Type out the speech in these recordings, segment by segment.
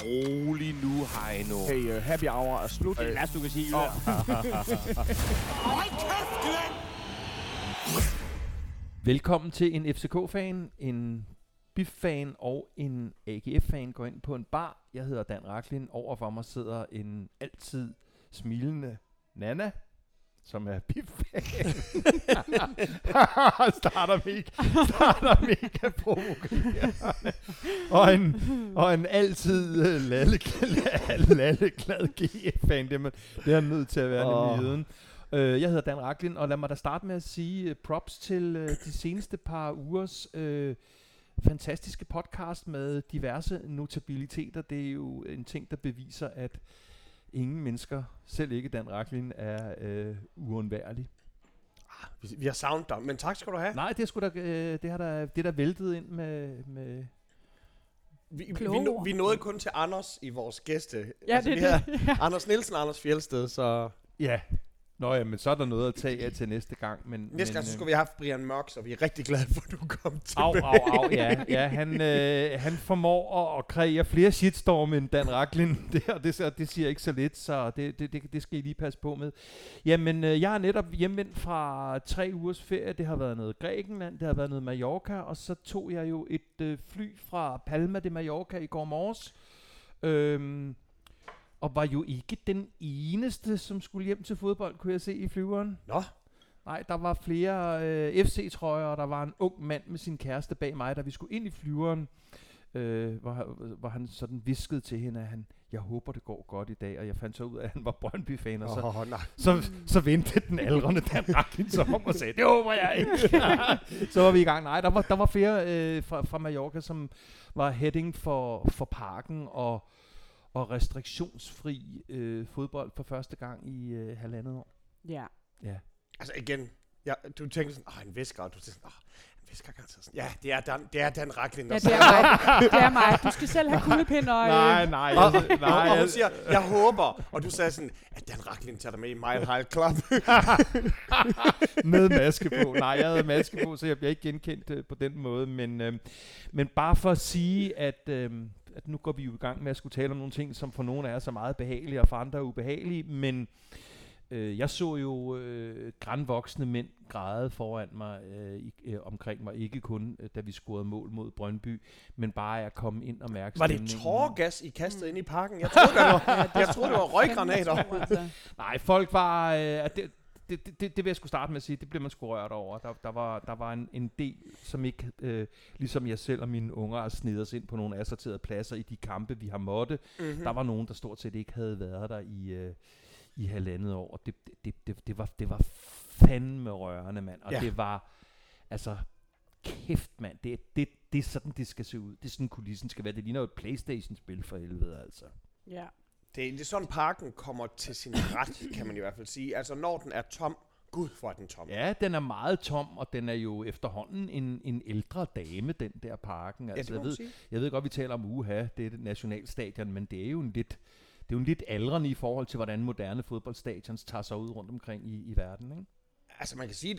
rolig nu, Heino. Hey, happy hour er slut. Det er det værste, du kan sige. Velkommen til en FCK-fan, en BIF-fan og en AGF-fan går ind på en bar. Jeg hedder Dan Rachlin. Overfor mig sidder en altid smilende Nana, som er BIF-fan. starter mega provokerende. Og en altid lalleglad GF-fan. Det er han nødt til at være nemlig viden. Jeg hedder Dan Rachlin, og lad mig da starte med at sige props til de seneste par ugers fantastiske podcast med diverse notabiliteter. Det er jo en ting, der beviser, at ingen mennesker, selv ikke Dan Rachlin, er uundværlig. Vi har savnet dig, men tak skal du have. Nej, det er der væltet ind med Vi nåede kun til Anders i vores gæste. Ja, altså, det er det. Anders Nielsen og Anders Fjeldsted, så... Ja. Nå ja, men så er der noget at tage af til næste gang. Næste gang så skulle vi have haft Brian Mørk, så vi er rigtig glade for, at du kom til. Ja, han formår at kreere flere shitstorm end Dan Rachlin. Det siger ikke så lidt, så det skal I lige passe på med. Jamen, jeg er netop hjemvendt fra 3 ugers ferie. Det har været noget Grækenland, det har været noget Mallorca, og så tog jeg jo et fly fra Palma de Mallorca i går morges. Og var jo ikke den eneste, som skulle hjem til fodbold, kunne jeg se i flyveren. Nå? Nej, der var flere FC-trøjer, og der var en ung mand med sin kæreste bag mig, da vi skulle ind i flyveren, hvor han sådan viskede til hende, at jeg håber, det går godt i dag, og jeg fandt så ud af, at han var Brøndby-fan, og så vendte den aldrende Dan Rachlin sig om og sagde, det håber jeg ikke. Så var vi i gang. Nej, der var flere fra Mallorca, som var heading for parken, og restriktionsfri fodbold for første gang i 1,5 år. Ja. Altså igen, du tænker sådan, en visker, og du tænker sådan, en visker garanteret sådan. Ja, det er Dan Rachlin, der det er mig. Du skal selv have kuglepind og... Nej. Og hun siger, jeg håber, og du sagde sådan, at Dan Rachlin tager dig med i Mile High Club. Med maske på. Nej, jeg havde maske på, så jeg bliver ikke genkendt på den måde. Men bare for at sige, at nu går vi jo i gang med at skulle tale om nogle ting, som for nogle af os er meget behagelige, og for andre er ubehagelige, men jeg så jo grandvoksne mænd græde foran mig, omkring mig, ikke kun da vi scorede mål mod Brøndby, men bare at komme ind og mærke stemningen. Var det tåregas, I kastede ind i parken? Jeg troede, det var røggranater. Nej, folk var... Det vil jeg skulle starte med at sige, det blev man sgu rørt over. Der var en del, som ikke, ligesom jeg selv og mine unger, har snedet os ind på nogle assorterede pladser i de kampe, vi har måtte. Mm-hmm. Der var nogen, der stort set ikke havde været der i 1,5 år. Og det var fandme rørende, mand. Og det var, altså, kæft, mand. Det er sådan, det skal se ud. Det er sådan, kulissen skal være. Det ligner jo et PlayStation-spil for helvede, altså. Ja. Det er sådan, parken kommer til sin ret, kan man i hvert fald sige. Altså, når den er tom, gud for den tom. Ja, den er meget tom, og den er jo efterhånden en ældre dame, den der parken. Altså, jeg ved godt, vi taler om det er et nationalstadion, men det er jo en lidt aldrende i forhold til, hvordan moderne fodboldstadions tager sig ud rundt omkring i verden, ikke? Altså, man kan sige,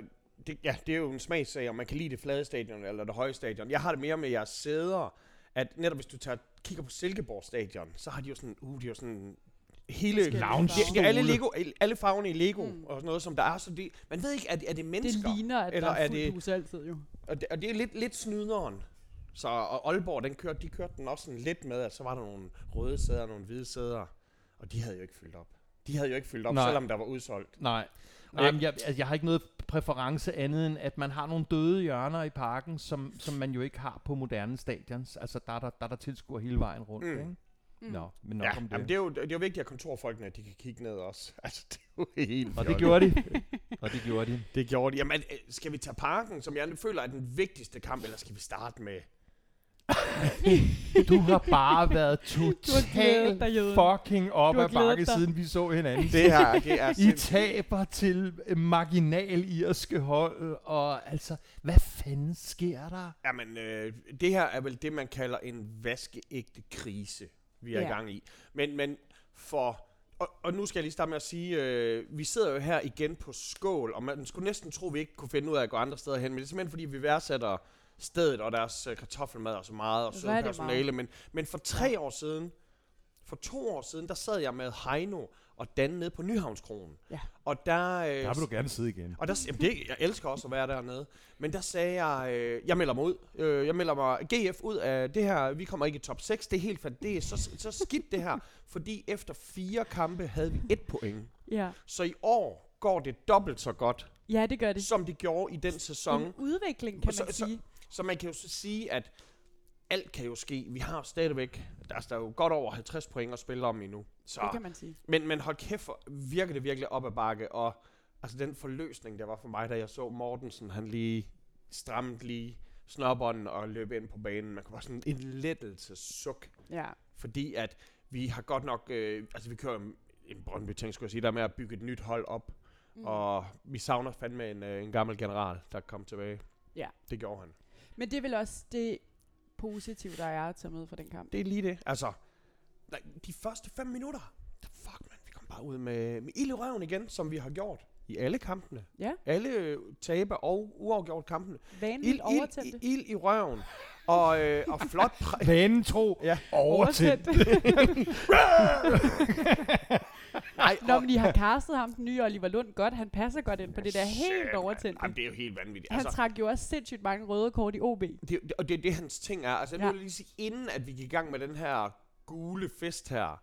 det er jo en smagssag, om man kan lide det flade stadion eller det høje stadion. Jeg har det mere med jeres sæder, at netop hvis du kigger på Silkeborg Stadion, så har de jo sådan, de er jo sådan hele lounge. Alle farverne i Lego og sådan noget, som der er, så det, man ved ikke, er det mennesker? Det ligner, at eller der er fuldt hus altid jo. Og det er lidt snyderen. Så og Aalborg, de kørte den også sådan lidt med, at så var der nogle røde sæder og nogle hvide sæder, og de havde jo ikke fyldt op. Selvom der var udsolgt. Nej. Jeg har ikke noget præference andet end, at man har nogle døde hjørner i parken, som man jo ikke har på moderne stadions. Altså, der er tilskuer hele vejen rundt, ikke? Nå, men nok om det. Jamen, det er jo vigtigt, at kontorfolkene, de kan kigge ned også. Altså, det er jo helt Og det gjorde de. Det gjorde de. Jamen, skal vi tage parken, som jeg føler er den vigtigste kamp, eller skal vi starte med... Du har bare været totalt fucking op ad bakke, siden vi så hinanden. Det er I taber til marginal irske hold, og altså, hvad fanden sker der? Jamen, det her er vel det, man kalder en vaskeægte krise, vi er i gang i. Men for... Og nu skal jeg lige starte med at sige, vi sidder jo her igen på Skål, og man skulle næsten tro, vi ikke kunne finde ud af at gå andre steder hen, men det er simpelthen, fordi vi værdsætter stedet og deres kartoffelmad og så meget, og søde personale. Men for 3 år siden, For 2 år siden, der sad jeg med Heino og Dan nede på Nyhavnskronen. Ja. Og der... Der vil du gerne sidde igen. Og der, jeg elsker også at være dernede. Men der sagde jeg, jeg melder mig ud. Jeg melder mig GF ud af det her. Vi kommer ikke i top 6. Det er helt fandt. Det er så skidt det her. Fordi efter 4 kampe havde vi 1 point. Ja. Så i år går det dobbelt så godt, Ja, det gør det. som det gjorde i den sæson. En udvikling, kan man sige. Så man kan jo så sige, at alt kan jo ske. Vi har stadigvæk, der er jo godt over 50 point at spille om endnu. Så. Det kan man sige. Men hold kæft, virker det virkelig op ad bakke, og altså den forløsning, der var for mig, da jeg så Mortensen, han lige strammede lige snørbånden og løb ind på banen. Man kunne bare sådan en lettelsessuk, Ja. fordi at vi har godt nok, altså vi kører en Brøndby-ting, skulle jeg sige, der med at bygge et nyt hold op, og vi savner fandme en gammel general, der kom tilbage. Ja. Det gjorde han. Men det er vel også det positive, der er at tage med fra den kamp. Det er lige det. Altså, de første 5 minutter, fuck man, vi kom bare ud med ild i røven igen, som vi har gjort i alle kampene. Ja. Alle taber og uafgjort kampene. Vanligt overtændte. Ild i røven. Og flot Vanen tro. Ja. Overtændt. Nej, Når man lige har castet ham, den nye Oliver Lund, godt, han passer godt ind på det der helt overtændte. Jamen, det er jo helt vanvittigt. Han trak jo også sindssygt mange røde kort i OB. Og det er det, hans ting er. Altså, jeg vil lige sige, inden at vi gik i gang med den her gule fest her,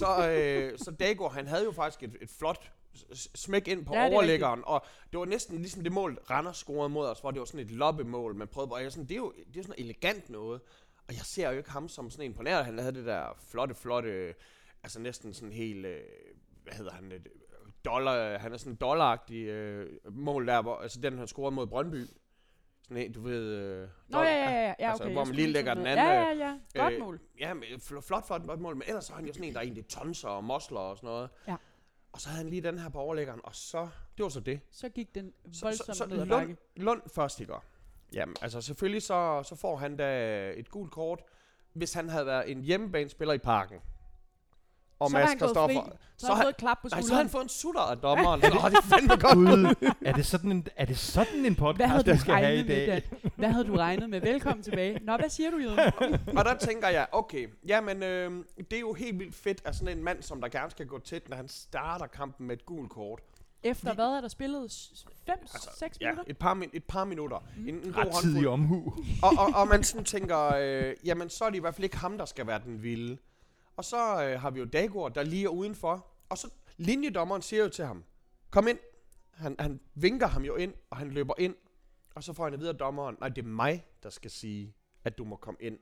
så Dago, han havde jo faktisk et flot smæk ind på overlæggeren, og det var næsten ligesom det mål, Randers scorede mod os, hvor det var sådan et loppemål, man prøvede på. Og det er jo sådan elegant noget, og jeg ser jo ikke ham som sådan en imponeret. Han havde det der flotte, altså næsten sådan helt, hvad hedder han, han er sådan en dollaragtig mål der, hvor, altså den han scorede mod Brøndby. Sådan en, du ved... Nå ja, altså, okay. hvor man lige lægger den anden... Ja. Godt mål. Ja, flot mål, men ellers så er han jo sådan en, der egentlig tonser og mosler og sådan noget. Ja. Og så havde han lige den her på overlæggeren, og så... Det var så det. Så gik den voldsomt så ned ad bakke. Lund først, ikke? Jamen, altså selvfølgelig så får han da et gult kort, hvis han havde været en hjemmebanespiller i Parken. Og så har han gået fri. Så har han fået et klap på skulderen. Så har han fået en sutter af dommeren. Så det er fandme godt ud. Er det sådan en podcast, der skal have i dag? Hvad havde du regnet med? Velkommen tilbage. Nå, hvad siger du, Jøden? Og der tænker jeg, okay, jamen det er jo helt vildt fedt, at sådan en mand, som der gerne skal gå tæt, når han starter kampen med et gult kort. Efter hvad er der spillet? 5-6 minutter? Et par minutter. En god rettidig omhu. og man sådan tænker, jamen så er det i hvert fald ikke ham, der skal være den vilde. Og så har vi jo Dagur, der lige er udenfor. Og så linjedommeren siger jo til ham, kom ind. Han vinker ham jo ind, og han løber ind. Og så får han at vide af dommeren, nej, det er mig, der skal sige, at du må komme ind.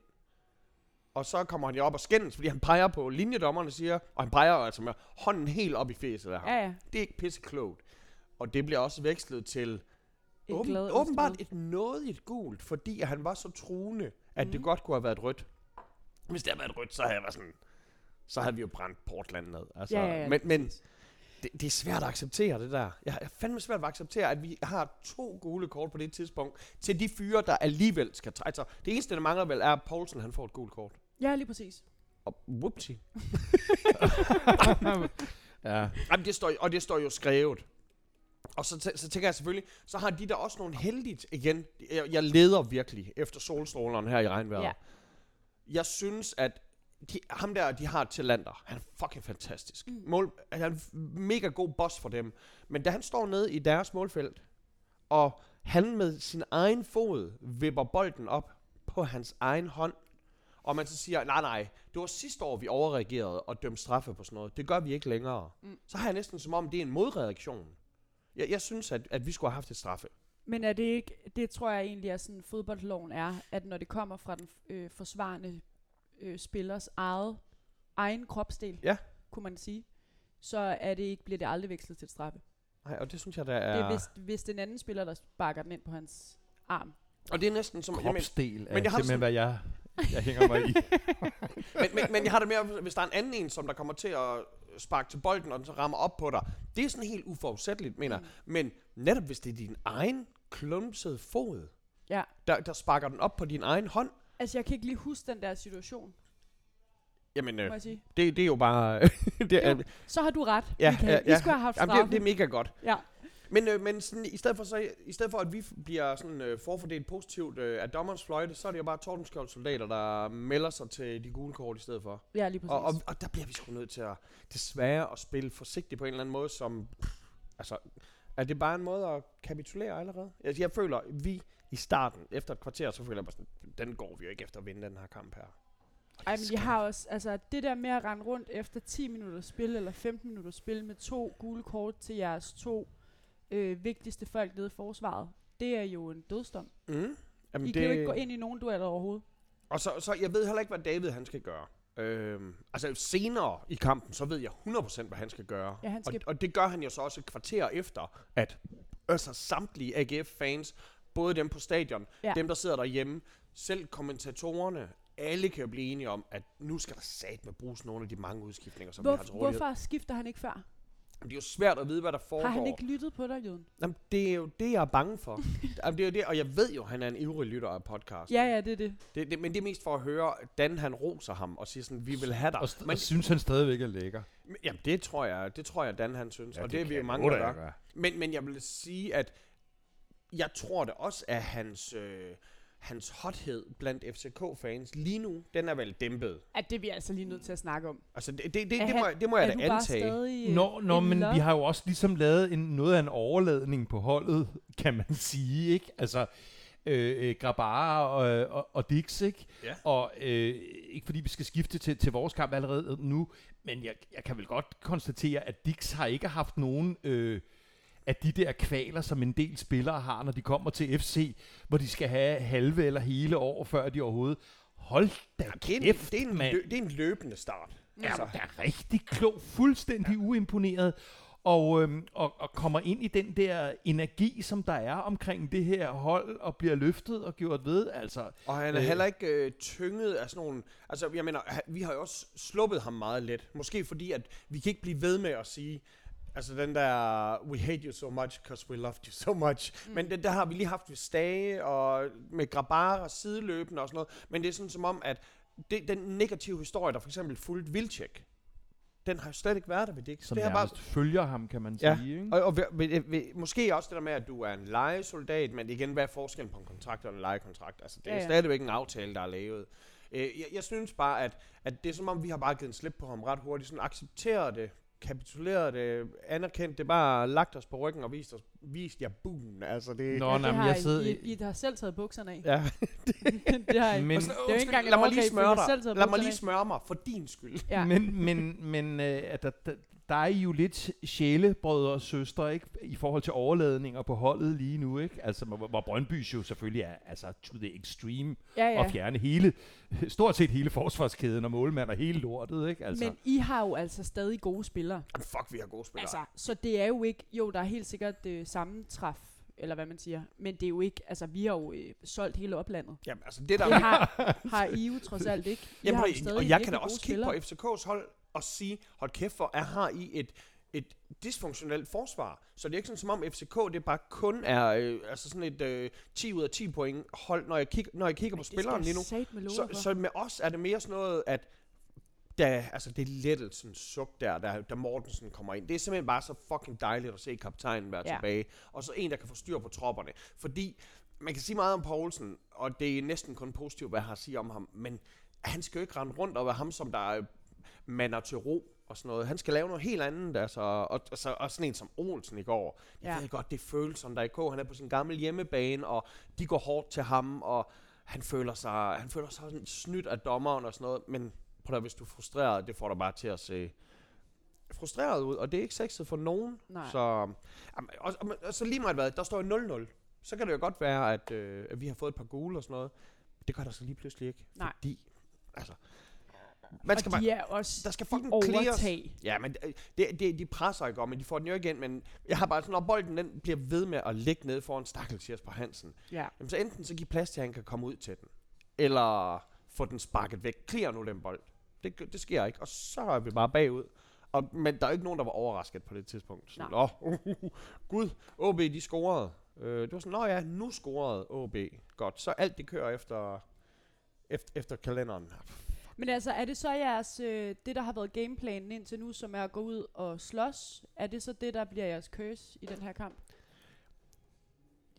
Og så kommer han jo op og skændes, fordi han peger på linjedommeren og siger, og han peger altså med hånden helt op i fæset af ham. Ja. Det er ikke pisseklogt. Og det bliver også vekslet til åbenbart et nådigt gult, fordi han var så truende, at det godt kunne have været rødt. Hvis det havde været rødt, så havde jeg været sådan... Så havde vi jo brændt Portland ned. Altså, ja, men det er svært at acceptere det der. Jeg er fandme svært at acceptere, at vi har 2 gule kort på det tidspunkt, til de fyre, der alligevel skal trække sig. Det eneste, der mangler vel, er, at Poulsen han får et gult kort. Ja, lige præcis. Og whoopsie. Ja. Jamen, det står jo skrevet. Og så tænker jeg selvfølgelig, så har de der også nogle heldigt igen. Jeg leder virkelig efter solstrålerne her i regnvejret. Ja. Jeg synes, at de har et talenter. Han er fucking fantastisk. Han er en mega god boss for dem. Men da han står nede i deres målfelt, og han med sin egen fod vipper bolden op på hans egen hånd, og man så siger, nej, det var sidste år, vi overreagerede og dømte straffe på sådan noget. Det gør vi ikke længere. Så har jeg næsten som om, det er en modreaktion. Jeg synes, at vi skulle have haft et straffe. Men er det ikke, det tror jeg egentlig er sådan, fodboldloven er, at når det kommer fra den forsvarende spillers egen kropsdel, kunne man sige, så er det ikke, bliver det aldrig vekslet til et straffe. Nej, og det synes jeg, der er... Det er hvis den anden spiller, der sparker den ind på hans arm. Og det er næsten som... Kropsdel er men jeg har simpelthen, hvad jeg hænger mig i. men jeg har det mere, hvis der er en anden en, som der kommer til at sparke til bolden, og den så rammer op på dig. Det er sådan helt uforudsætteligt, mener jeg. Men netop hvis det er din egen klumsede fod, der sparker den op på din egen hånd. Altså, jeg kan ikke lige huske den der situation. Jamen, må jeg sige. det er jo bare... Så har du ret. Ja, vi skulle have haft straffe. det er mega godt. Ja. Men sådan, i stedet for at vi bliver sådan forfordelt positivt af dommerens fløjte, så er det jo bare Tordenskjolds soldater, der melder sig til de gule kort i stedet for. Ja, lige præcis. Og der bliver vi sgu nødt til at desværre at spille forsigtigt på en eller anden måde, som altså er det bare en måde at kapitulere allerede? Altså, jeg føler, vi i starten efter et kvarter, så føler jeg bare sådan, den går vi jo ikke efter at vinde den her kamp her. Ej, men jeg har også, altså det der med at rende rundt efter 10 minutter spil eller 15 minutter spil med 2 gule kort til jeres 2 vigtigste folk nede i forsvaret, det er jo en dødsdom. Jamen I kan jo ikke gå ind i nogen dueller overhovedet. Og så jeg ved heller ikke, hvad David han skal gøre. Altså senere i kampen, så ved jeg 100% hvad han skal gøre. Ja, han skal og det gør han jo så også et kvarter efter, at altså samtlige AGF-fans, både dem på stadion, dem der sidder derhjemme, selv kommentatorerne, alle kan jo blive enige om, at nu skal der satme bruges nogle af de mange udskiftninger, som vi har til rådighed. Hvorfor skifter han ikke før? Det er jo svært at vide, hvad der foregår. Har han ikke lyttet på dig, Juden? Jamen, det er jo det, jeg er bange for. Jamen, det er jo det, og jeg ved jo, at han er en ivrig lytter af podcast. Ja, det er det. Men det er mest for at høre, Dan han roser ham og siger sådan, vi vil have dig. Og synes han stadigvæk er lækker. Jamen, det tror jeg, Dan han synes. Ja, og det er vi jo mange, der gør. Men jeg vil sige, at jeg tror det også er hans hothed blandt FCK-fans lige nu, den er vel dæmpet. At det vi altså lige nødt til at snakke om. Altså, det må jeg da antage. Men vi har jo også ligesom lavet noget af en overladning på holdet, kan man sige, ikke? Altså, Grabara og Dix, ikke? Ja. Og ikke fordi vi skal skifte til vores kamp allerede nu, men jeg kan vel godt konstatere, at Dix har ikke haft nogen af de der kvaler, som en del spillere har, når de kommer til FC, hvor de skal have halve eller hele år, før de overhovedet. Hold da kæft, mand. Det er en løbende start. Ja, altså. Der er rigtig klog, fuldstændig uimponeret, og kommer ind i den der energi, som der er omkring det her hold, og bliver løftet og gjort ved. Altså, og han er heller ikke tynget af sådan nogle... Altså, jeg mener, vi har jo også sluppet ham meget let. Måske fordi, at vi kan ikke blive ved med at sige... Altså den der, we hate you so much, because we loved you so much. Men der har vi lige haft ved Stage, og med Grabara sideløbende og sådan noget. Men det er sådan som om, at den negative historie, der for eksempel fulgte Wilczek, den har jo slet ikke været der ved Dix. Som det bare følger ham, kan man sige. Ikke? Og måske også det der med, at du er en lejesoldat, men igen, hvad er forskellen på en kontrakt og en lejekontrakt? Altså det er stadigvæk en aftale, der er lavet. Jeg synes bare, at det er som om, vi har bare givet en slip på ham ret hurtigt. Sådan accepteret det, kapituleret det, anerkendt det, bare lagt os på ryggen og vist jer buen. Altså det... I har selv taget bukserne af. Ja. Det har I. Men, det er jo ikke engang lad mig lige smøre dig. Lad mig lige smøre mig for din skyld. Ja. Men der er jo lidt sjælebrødre og søstre, ikke, i forhold til overladninger på holdet lige nu, ikke? Altså, hvor Brøndby jo selvfølgelig er altså to the extreme og fjerne stort set hele forsvarskæden og målmand og hele lortet, ikke? Altså. Men I har jo altså stadig gode spillere. Fuck, vi har gode spillere. Altså, så det er jo ikke, der er helt sikkert sammentræf, eller hvad man siger, men det er jo ikke, altså vi har jo solgt hele oplandet. Jamen, altså det der... Det har I jo trods alt ikke. Og jeg kan da også kigge på FCK's hold og sige, hold kæft for, at har I et dysfunktionelt forsvar. Så det er ikke sådan som om FCK, det bare kun er altså sådan et 10 ud af 10 point hold, når jeg kigger på spilleren lige nu. Så med os er det mere sådan noget, at altså det er lettelsens suk der Mortensen kommer ind. Det er simpelthen bare så fucking dejligt at se kaptajnen være tilbage. Og så en, der kan få styr på tropperne. Fordi man kan sige meget om Poulsen, og det er næsten kun positivt, hvad jeg har at sige om ham, men han skal jo ikke rende rundt og være ham, som der mander til ro og sådan noget. Han skal lave noget helt andet, altså, og sådan en som Olsen i går. Jeg ved godt, det føles som der i K. Han er på sin gamle hjemmebane, og de går hårdt til ham, og han føler sig sådan snydt af dommeren og sådan noget, men hvis du er frustreret, det får dig bare til at se frustreret ud, og det er ikke sexet for nogen. Nej. Så lige meget hvad, der står 0-0. Så kan det jo godt være, at vi har fået et par gule og sådan noget. Det gør der så lige pludselig ikke. Nej. Fordi, altså... Man skal de er også der skal fucking overtag. Ja, men de presser ikke om, men de får den jo igen. Men jeg har bare sådan, når bolden den bliver ved med at ligge nede foran stakkels Jesper Hansen, jamen, så enten så giv plads til, at han kan komme ud til den, eller få den sparket væk. Clear nu den bold. Det sker ikke, og så er vi bare bagud. Men der er ikke nogen, der var overrasket på det tidspunkt. Sådan, gud, OB de scorede. Det var sådan, nu scorede OB. Godt, så alt det kører efter kalenderen. Men altså, er det så jeres, det der har været gameplanen indtil nu, som er at gå ud og slås, er det så det, der bliver jeres curse i den her kamp?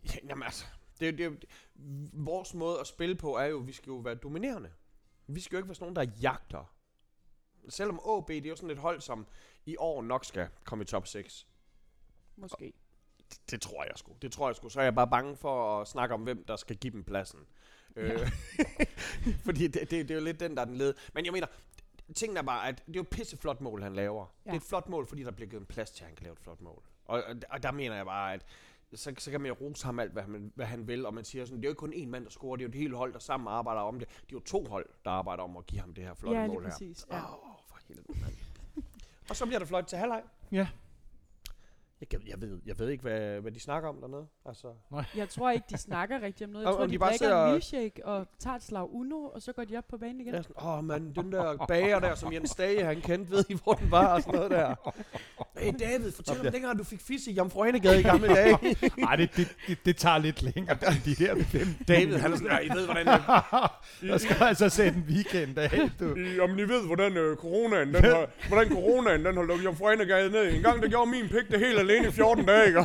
Jamen altså, vores måde at spille på er jo, vi skal jo være dominerende. Vi skal jo ikke være sådan nogen, der jagter. Selvom AB, det er jo sådan et hold, som i år nok skal komme i top 6. Måske. Det tror jeg sgu. Så er jeg bare bange for at snakke om, hvem der skal give dem pladsen. Ja. Fordi det er jo lidt den, der er den led. Men jeg mener, tingen er bare, at det er jo et pisseflot mål, han laver. Ja. Det er et flot mål, fordi der bliver givet en plads til, at han kan lave et flot mål. Og der mener jeg bare, at så kan man jo rose ham alt, hvad han vil. Og man siger sådan, det er jo ikke kun én mand, der scorer. Det er jo et hele hold, der sammen arbejder om det. Det er jo 2 hold, der arbejder om at give ham det her flotte mål her. Præcis, ja, for helvede, mand. Og så bliver det flot til halvleg. Ja. Jeg ved ikke, hvad de snakker om dernede. Altså. Jeg tror ikke, de snakker rigtig om noget. Jeg tror, de drikker en milkshake og tager et slag Uno, og så går de op på banen igen. Mand, den der bager der, som Jens Dage, han kendte, ved I, hvor den var og sådan noget der. Hey David, fortæl om dengang, du fik fis i Jomfru Anegade i gamle dage. Nej, det tager lidt længere. De der 5. David, han er sådan, I ved, hvordan det der skal altså sætte en weekend af, du. Jamen, I ved, hvordan coronaen, den holdt op Jomfru Anegade ned. En gang, der gjorde min pik det helt alene i 14 dage, ikke?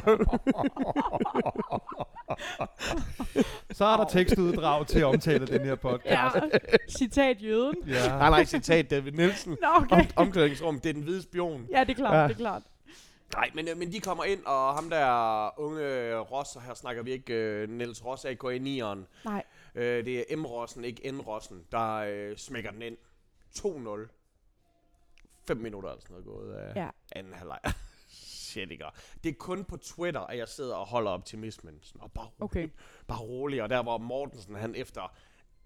Så er der tekstuddrag til at omtale den her podcast. Ja, citat jøden. Ja. Nej, citat David Nielsen. Nå, okay. Omklædningsrum, det er den hvide spion. Ja, det er klart, det er klart. Nej, men de kommer ind, og ham der unge Ross, og her snakker vi ikke Niels Ross, AK i 9'eren. Nej. Det er M-Rossen, ikke N-Rossen, der smækker den ind. 2-0. 5 minutter eller sådan noget gået af anden halvleg. Shit, ikke? Det er kun på Twitter, at jeg sidder og holder optimismen. Sådan, og bare rolig. Og der var Mortensen, han efter,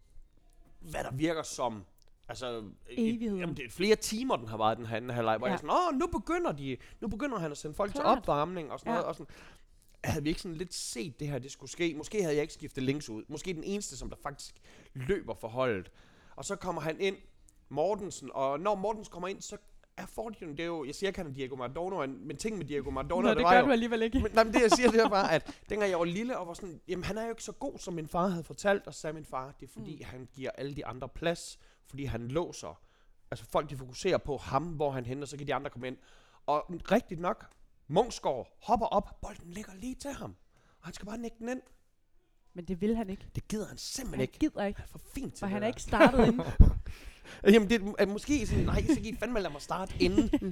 hvad der virker som, altså, evigheden. Det er flere timer, den har været den her anden halvleg, hvor jeg sådan, nu begynder han at sende folk til opvarmning og sådan noget. Og sådan, havde vi ikke sådan lidt set det her, det skulle ske? Måske havde jeg ikke skiftet links ud. Måske den eneste, som der faktisk løber for holdet. Og så kommer han ind, Mortensen, og når Mortensen kommer ind, så er fordelen, det er jo, jeg siger ikke, han er Diego Maradona, men ting med Diego Maradona, det gør du alligevel ikke. Men det jeg siger, det er bare, at dengang jeg var lille og var sådan, jamen han er jo ikke så god, som min far havde fortalt, og sagde min far, det er fordi, han giver alle de andre plads, fordi han låser. Altså folk, de fokuserer på ham, hvor han henter, så kan de andre komme ind. Og rigtigt nok, Munksgaard hopper op, bolden ligger lige til ham, og han skal bare nikke den ind. Men det vil han ikke. Det gider han simpelthen ikke. Han gider ikke. Han er for fint til for det han der. er ikke startet inden. Jamen det er måske sådan, nej, så kan I fandme lade mig starte inden.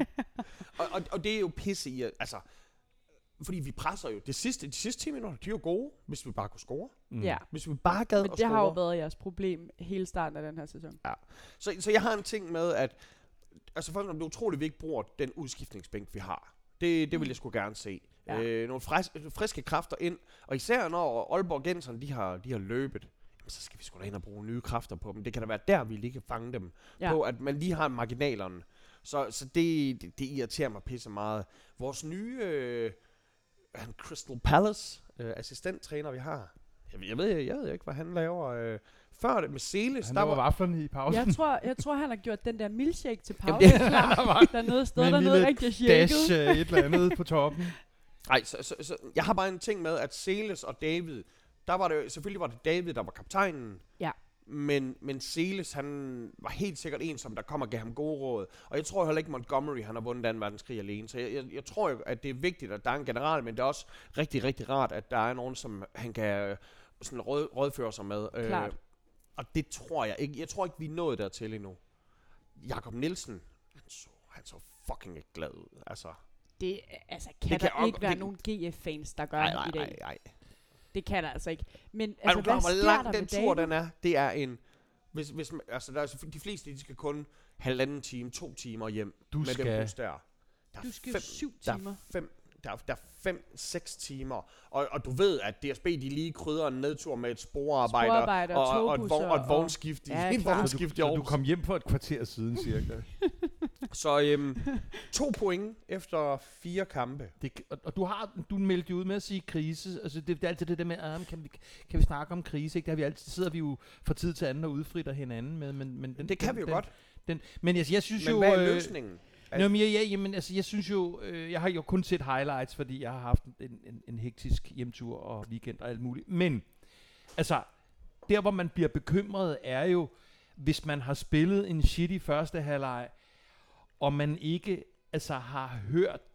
og det er jo pisse i, altså, fordi vi presser jo. De sidste 10 minutter, de er jo gode, hvis vi bare kunne score. Ja. Hvis vi bare gad at score. Men det har jo været jeres problem hele starten af den her sæson. Ja. Så jeg har en ting med, at altså for eksempel, det er utroligt, at vi ikke bruger den udskiftningsbænk, vi har. Det vil jeg sgu gerne se. Ja. Nogle friske kræfter ind, og især når Aalborg Genseren, de har løbet, så skal vi sgu da ind og bruge nye kræfter på dem. Det kan da være der, vi lige kan fange dem på, at man lige har marginalerne. Så det irriterer mig pisse meget. Vores nye Crystal Palace assistenttræner, vi har, jeg ved ikke, hvad han laver. Før det med Seles, han laver vaflerne i pausen. Jeg tror, han har gjort den der milkshake til pause. Dernede sted, dernede rigtig shaket. Dash et eller andet på toppen. Nej, så jeg har bare en ting med, at Seles og David, selvfølgelig var det David, der var kaptajnen. Ja. Men Seles, han var helt sikkert en, som der kom og gav ham gode råd. Og jeg tror heller ikke, Montgomery, han har vundet 2. verdenskrig alene. Så jeg tror jo, at det er vigtigt, at der er en general, men det er også rigtig, rigtig rart, at der er nogen, som han kan sådan rådføre sig med. Klart. Og det tror jeg ikke. Jeg tror ikke, vi er nået dertil endnu. Jakob Nielsen, han så fucking ikke glad ud. Altså, kan der ikke være nogen GF-fans, der gør det i dag? Nej. Det kan der altså ikke. Men altså, hvad sker hvor lang der den tur den er? Det er en... Hvis, altså, der er, de fleste, de skal kun 1,5 time, 2 timer hjem. Du skal 7 timer. Der er 5-6 timer. Og du ved, at DSB, de lige krydder en nedtur med et sporarbejder og et vognskift i Så du kom hjem på et kvarter siden, cirka. Så 2 point efter 4 kampe. Og du meldte jo ud med at sige krise. Altså det er altid det der med, kan vi snakke om krise? Ikke? Der sidder vi jo fra tid til anden og udfritter hinanden med. Men det kan vi jo godt. Men jeg synes jo... Men hvad er løsningen? Jeg synes jo, jeg har jo kun set highlights, fordi jeg har haft en hektisk hjemtur og weekend og alt muligt. Men, altså, der hvor man bliver bekymret er jo, hvis man har spillet en shitty første halvleg, og man ikke har hørt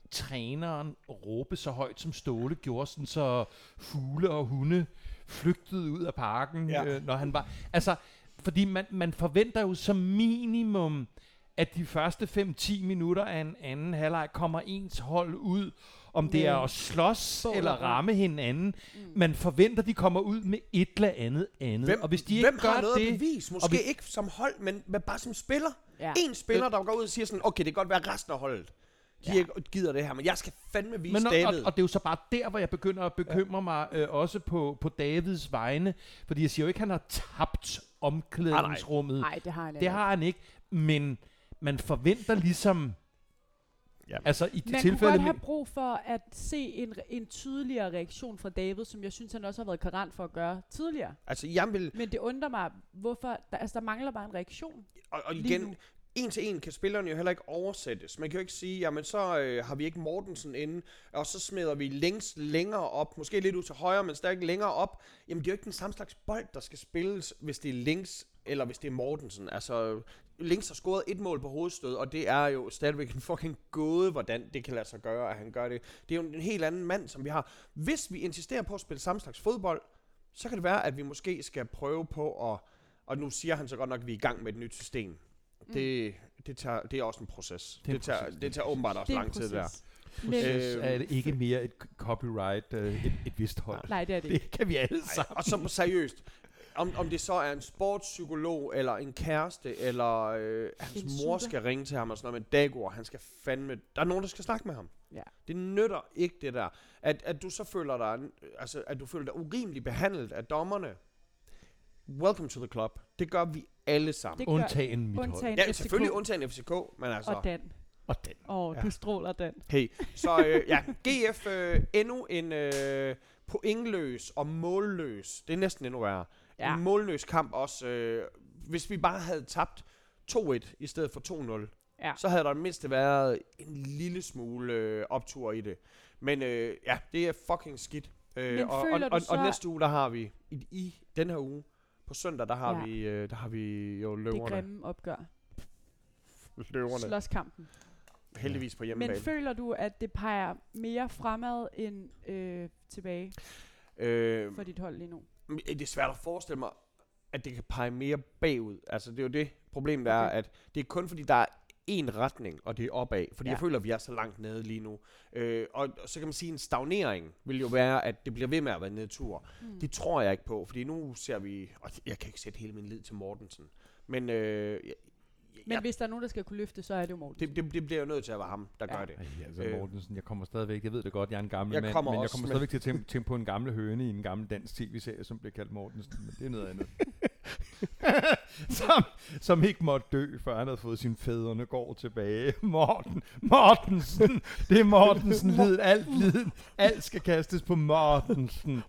træneren råbe så højt, som Ståle gjorde, sådan så fugle og hunde flygtede ud af parken, når han var... Altså, fordi man forventer jo som minimum, at de første 5-10 minutter af en anden halvleg kommer ens hold ud, om det er at slås eller ramme hinanden. Man forventer, de kommer ud med et eller andet. Og hvis de ikke gør har noget at bevise? Måske ikke som hold, men bare som spiller. Ja. En spiller, der går ud og siger sådan, okay, det kan godt være resten af holdet. De ikke gider det her, men jeg skal fandme vise David. Og det er jo så bare der, hvor jeg begynder at bekymre mig også på Davids vegne. Fordi jeg siger jo ikke, at han har tabt omklædningsrummet. Nej, det har han ikke. Det har han ikke, men man forventer ligesom... Ja. Altså i de tilfælde... Man kunne godt have brug for at se en tydeligere reaktion fra David, som jeg synes, han også har været karant for at gøre tidligere. Altså, jeg vil... Men det undrer mig, hvorfor... Der mangler bare en reaktion. Og igen... En til en kan spillerne jo heller ikke oversættes. Man kan jo ikke sige, jamen så har vi ikke Mortensen inde, og så smider vi længere op, måske lidt ud til højre, men stadig længere op. Jamen det er jo ikke den samme slags bold, der skal spilles, hvis det er Links, eller hvis det er Mortensen. Altså, Links har scoret 1 mål på hovedstød, og det er jo stadigvæk en fucking gåde, hvordan det kan lade sig gøre, at han gør det. Det er jo en helt anden mand, som vi har. Hvis vi insisterer på at spille samme slags fodbold, så kan det være, at vi måske skal prøve på at, og nu siger han så godt nok, at vi er i gang med et nyt system. Det er også en proces. Det tager åbenbart også lang tid der. Er det ikke mere et copyright, et vist hold? Nej, det er det. Det kan vi alle sammen. Og så seriøst, om det så er en sportspsykolog, eller en kæreste, eller hans mor skal ringe til ham, og sådan noget med Dagur, han skal fandme... Der er nogen, der skal snakke med ham. Ja. Det nytter ikke det der. At du så føler dig, altså at du føler dig urimeligt behandlet af dommerne. Welcome to the club. Det gør vi alle sammen. Undtagen mit hold. Ja, selvfølgelig undtagen FCK, men altså... Og Dan. Du stråler, Dan. Hey, så GF endnu en pointløs og målløs. Det er næsten endnu værre. Ja. En målløs kamp også. Hvis vi bare havde tabt 2-1 i stedet for 2-0, så havde der mindst været en lille smule optur i det. Men det er fucking skidt. Og næste uge, der har vi, i den her uge, på søndag, der har vi jo løverne. Det grimme opgør. Løverne. Slåskampen. Heldigvis på hjemmebane. Men føler du, at det peger mere fremad end tilbage for dit hold lige nu? Det er svært at forestille mig, at det kan pege mere bagud. Altså, det er jo det problem, der er, at det er kun fordi, der er en retning, og det er opad. Fordi jeg føler, at vi er så langt nede lige nu. Og så kan man sige, at en stagnering vil jo være, at det bliver ved med at være nedtur. Det tror jeg ikke på, fordi nu ser vi... Og jeg kan ikke sætte hele min lid til Mortensen. Men hvis der er nogen, der skal kunne løfte, så er det jo Mortensen. Det bliver jo nødt til at være ham, der gør det. Altså Mortensen, jeg kommer stadigvæk, jeg ved det godt, jeg er en gammel mand, men jeg kommer stadigvæk til at tænke på en gammel høne i en gammel dansk tv-serie, som bliver kaldt Mortensen, men det er noget andet. som ikke måtte dø, før han havde fået sin fædrene går tilbage. Mortensen, det er Mortensen liden, alt skal kastes på Mortensen.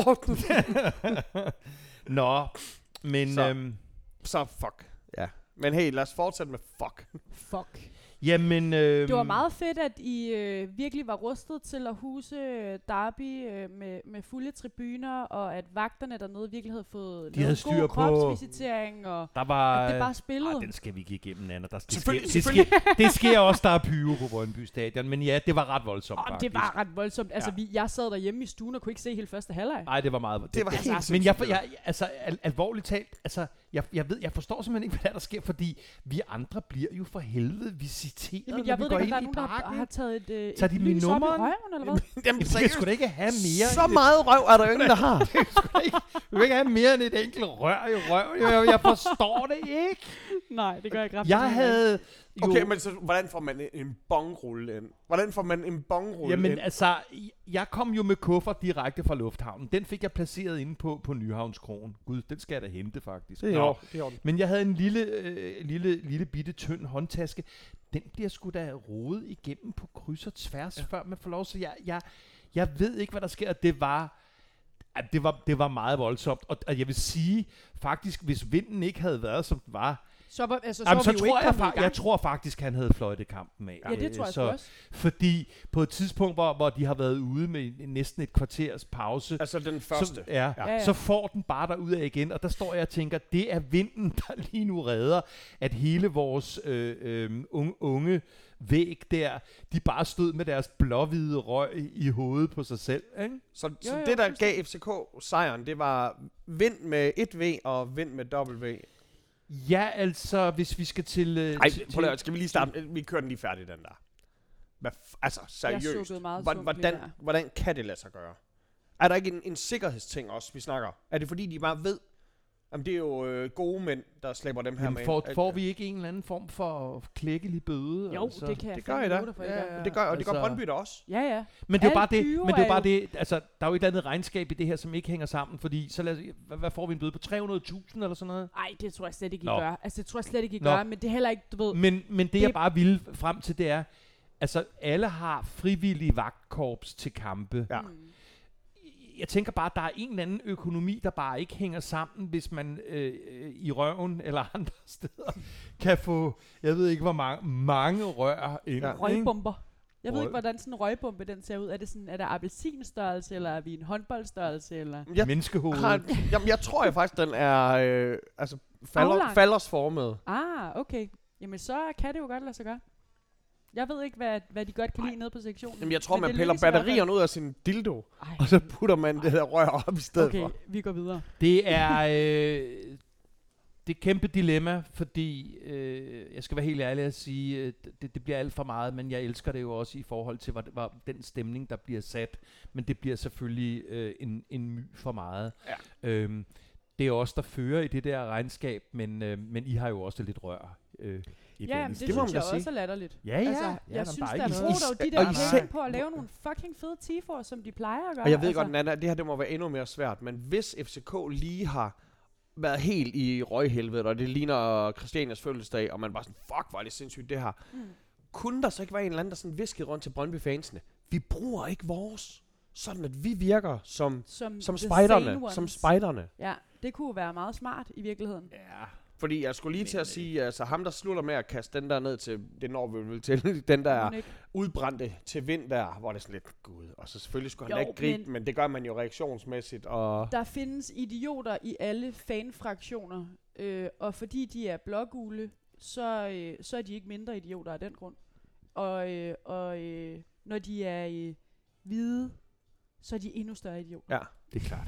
Nå, men... Så fuck, ja. Men hey, lad os fortsætte med fuck. Jamen, det var meget fedt, at I virkelig var rustet til at huse Derby med fulde tribuner, og at vagterne dernede virkelig havde fået lavet god kropsvisitering, og der var, at det bare spillede. Den skal vi ikke igennem, Anna. Det sker også, der er pyro på Brøndby Stadion, men ja, det var ret voldsomt faktisk. Det var ret voldsomt. Altså, jeg sad derhjemme i stuen og kunne ikke se helt første halvleg. Nej, det var meget... Det var helt men jeg altså, alvorligt talt, altså, jeg forstår simpelthen ikke, hvad der sker, fordi vi andre bliver jo for helvede visiteret. Men jeg ved ikke, om der er nogen, der har taget et lys op i røven, eller hvad? Jamen, så jeg skulle ikke have mere. Så meget røv er der jo ingen, der har. Du vil ikke have mere end et enkelt rør i røven. Jeg forstår det ikke. Nej, det gør jeg ikke. Jeg havde... Okay, men så hvordan får man en bongrulle ind? Hvordan får man en bongrulle ind? Jamen altså, jeg kom jo med kuffert direkte fra lufthavnen. Den fik jeg placeret inde på Nyhavnskroen. Gud, den skal jeg da hente faktisk. Det er jo. Men jeg havde en lille bitte tynd håndtaske. Den bliver sgu da rodet igennem på kryds og tværs, før man får lov. Så jeg ved ikke, hvad der sker. Det var meget voldsomt. Og jeg vil sige, faktisk, hvis vinden ikke havde været, som den var, Jeg tror faktisk, han havde fløjtet kampen af. Ja, det tror jeg også. Fordi på et tidspunkt, hvor de har været ude med næsten et kvarters pause. Altså den første. Så får den bare derudad igen, og der står jeg og tænker, det er vinden, der lige nu redder, at hele vores unge væg der, de bare stod med deres blåhvide røg i hovedet på sig selv. Ikke? Så det, der gav FCK sejren, det var vind med 1V og vind med W. Ja, altså, hvis vi skal til... Skal vi lige starte? Vi kører den lige færdig, den der. Altså, seriøst. Hvordan kan det lade sig gøre? Er der ikke en sikkerhedsting også, vi snakker? Er det fordi, de bare ved, jamen det er jo gode mænd, der slæber dem her med? Får vi ikke en eller anden form for klækkelig bøde? Jo, altså? Det gør I da. Det gør Brøndby da også. Ja. Men det er jo bare det, altså, der er jo et eller andet regnskab i det her, som ikke hænger sammen, fordi så hvad får vi en bøde på 300.000 eller sådan noget? Nej, det tror jeg slet ikke, I gør. Altså, det tror jeg slet ikke, I gør, men det er heller ikke, du ved... Men det jeg bare vil frem til, det er, altså, alle har frivillige vagtkorps til kampe. Ja. Jeg tænker bare, at der er en eller anden økonomi, der bare ikke hænger sammen, hvis man i Røven eller andre steder kan få, jeg ved ikke hvor mange rør ind. Ja. Røgbomber. Jeg ved ikke, hvordan sådan en røgbombe den ser ud. Er det appelsinstørrelse, eller er vi en håndboldstørrelse, eller? Menneskehoved. Jeg tror faktisk, den er faldersformet. Okay. Jamen så kan det jo godt lade sig gøre. Jeg ved ikke, hvad de godt kan lide nede på sektionen. Jamen, jeg tror, man piller batterierne ud af sin dildo, og så putter man det der rør op i stedet for. Okay, vi går videre. Det er det kæmpe dilemma, fordi jeg skal være helt ærlig at sige, det bliver alt for meget, men jeg elsker det jo også i forhold til den stemning, der bliver sat. Men det bliver selvfølgelig en my for meget. Ja. Det er også der fører i det der regnskab, men I har jo også lidt rør. Ja, men det synes jeg også er latterligt. Ja. Altså, jeg synes, der er de der penge på at lave nogle fucking fede tifoer, som de plejer at gøre. Og jeg ved godt, Nana, det her det må være endnu mere svært, men hvis FCK lige har været helt i røghelvede, og det ligner Christianias fødselsdag, og man bare sådan, fuck, hvor er det sindssygt det her. Kunne der så ikke være en eller anden, der sådan viskede rundt til Brøndby-fansene? Vi bruger ikke vores, sådan at vi virker som spejderne. Ja, det kunne være meget smart i virkeligheden. Ja. Fordi jeg skulle lige til at sige, altså ham der slutter med at kaste den der ned til, det når vi vil til, den der udbrændte til vind der, hvor det er sådan lidt, gud, og så selvfølgelig skulle han ikke gribe, men det gør man jo reaktionsmæssigt. Og der findes idioter i alle fanfraktioner, og fordi de er blågule, så er de ikke mindre idioter af den grund. Og når de er hvide, så er de endnu større idioter. Ja, det er klart.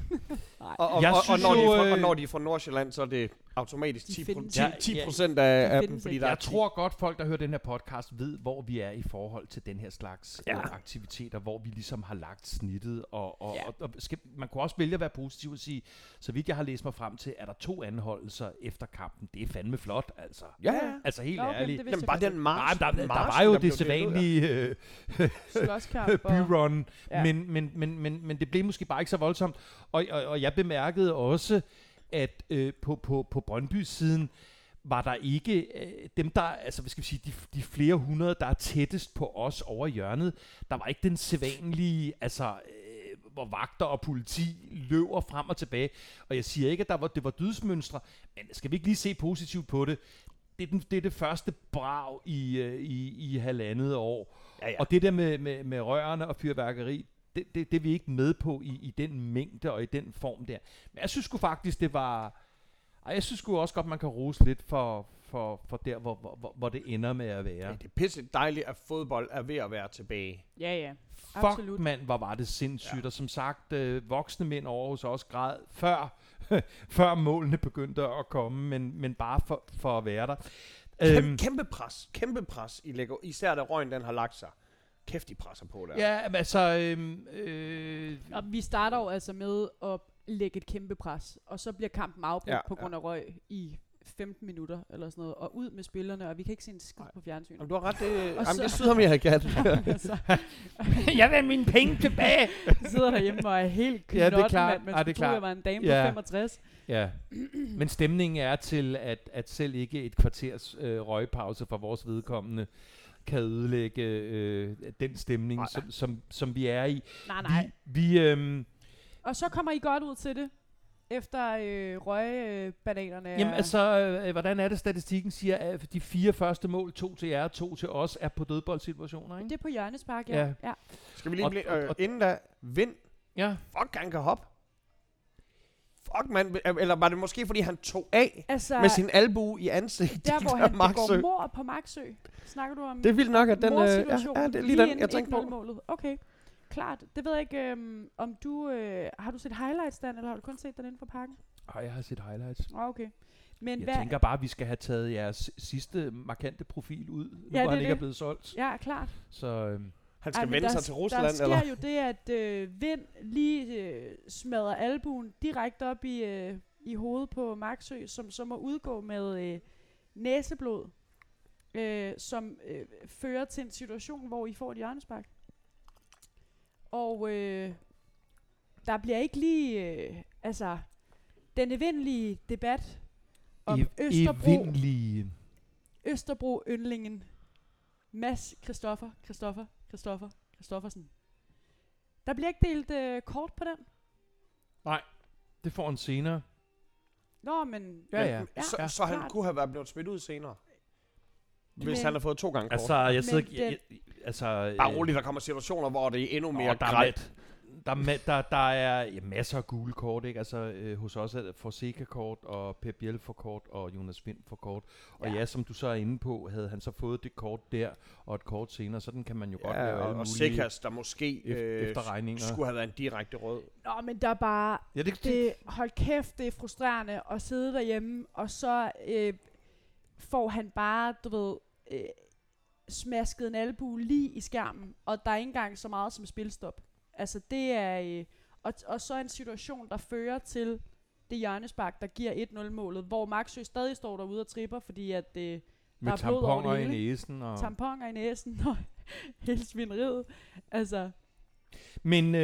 Og når de er fra Nordsjælland, så er det automatisk 10% af dem. Fordi jeg tror godt, folk, der hører den her podcast, ved, hvor vi er i forhold til den her slags aktiviteter, hvor vi ligesom har lagt snittet. Og man kunne også vælge at være positiv og sige, så vidt jeg har læst mig frem til, er der 2 anholdelser efter kampen. Det er fandme flot, altså. Ja. Altså helt ærligt. Jamen bare den march. Der var jo det sædvanlige byrun, men det blev måske bare ikke så voldsomt. Og jeg bemærkede også, at på Brøndby-siden var der ikke dem, der, altså hvad skal vi sige, de flere hundrede, der er tættest på os over hjørnet. Der var ikke den sædvanlige, altså hvor vagter og politi løber frem og tilbage. Og jeg siger ikke, at det var dødsmønstre, men skal vi ikke lige se positivt på det? Det er det første brag i halvandet år. Ja. Og det der med rørene og fyrværkeri, det er vi ikke med på i den mængde og i den form der. Men jeg synes sgu faktisk, det var... Jeg synes sgu også godt, man kan rose lidt for der, hvor det ender med at være. Ja, det er pisse dejligt, at fodbold er ved at være tilbage. Ja. Absolut. Fuck, mand, hvor var det sindssygt. Ja. Og som sagt, voksne mænd over hos os græd før målene begyndte at komme, men bare for at være der. Kæmpe pres i Lego. Især da røgen den har lagt sig. Kæft, de presser på der. Ja, altså... Og vi starter jo altså med at lægge et kæmpe pres, og så bliver kampen afbrudt på grund af røg i 15 minutter eller sådan noget, og ud med spillerne, og vi kan ikke se en skid på fjernsynet. Jamen, du har ret, det er Sydamerika. Jeg vil have mine penge tilbage! Jeg sidder derhjemme og er helt knot, mand, men skulle tro, jeg var en dame på 65. Ja, men stemningen er til, at selv ikke et kvarters røgpause for vores vedkommende kan ødelægge den stemning, som vi er i. Nej. Vi og så kommer I godt ud til det. efter røgbananerne? Jamen altså, hvordan er det, statistikken siger, at de 4 første mål, 2 til jer, 2 til os, er på dødboldsituationer, ikke? Det er på hjørnespark, ja. Skal vi lige inden da, Vind? Ja. Fuck, han kan hoppe. Fuck, mand. Eller var det måske, fordi han tog af med sin albue i ansigtet? Der, hvor han begår mord på Maxø. Snakker du om det er vildt nok, at den... det er lige den, jeg tænkte på. Målet. Okay, klart. Det ved jeg ikke, om du... har du set highlights, Dan, eller har du kun set den inden for parken? Nej, jeg har set highlights. Okay. Men jeg tænker bare, at vi skal have taget jeres sidste markante profil ud, nu hvor han ikke er blevet solgt. Ja, klart. Så... Han skal vende sig til Rusland, eller? Der sker jo det, at Vind lige smadrer albuen direkte op i hovedet på Maxø, som så må udgå med næseblod, som fører til en situation, hvor I får et hjørnespark. Og der bliver ikke lige, den evindelige debat om Østerbro-yndlingen Mads Christoffersen. Der bliver ikke delt kort på den? Nej, det får han senere. Nå, men... Ja. Så han kunne have været blevet smidt ud senere? Hvis han har fået 2 gange kort? Altså, jeg sidder... bare roligt, der kommer situationer, hvor det er endnu mere grelt. Der er masser af gule kort, ikke? Altså, hos os er Forseca-kort, og Pep Biel for kort, og Jonas Vind for kort. Og som du så er inde på, havde han så fået det kort der, og et kort senere, sådan kan man jo godt lave alle og Sekas, der måske efterregninger skulle have været en direkte rød. Nå, men der er bare... hold kæft, det er frustrerende at sidde derhjemme, og så får han bare, du ved... smasket en albue lige i skærmen, og der er ikke engang så meget som spilstop. Altså det er og så en situation, der fører til det hjørnespark, der giver 1-0-målet, hvor Maxø stadig står derude og tripper, fordi at der er blod over det hele. I næsen og tamponer i næsen og hele svineriet. Altså. Men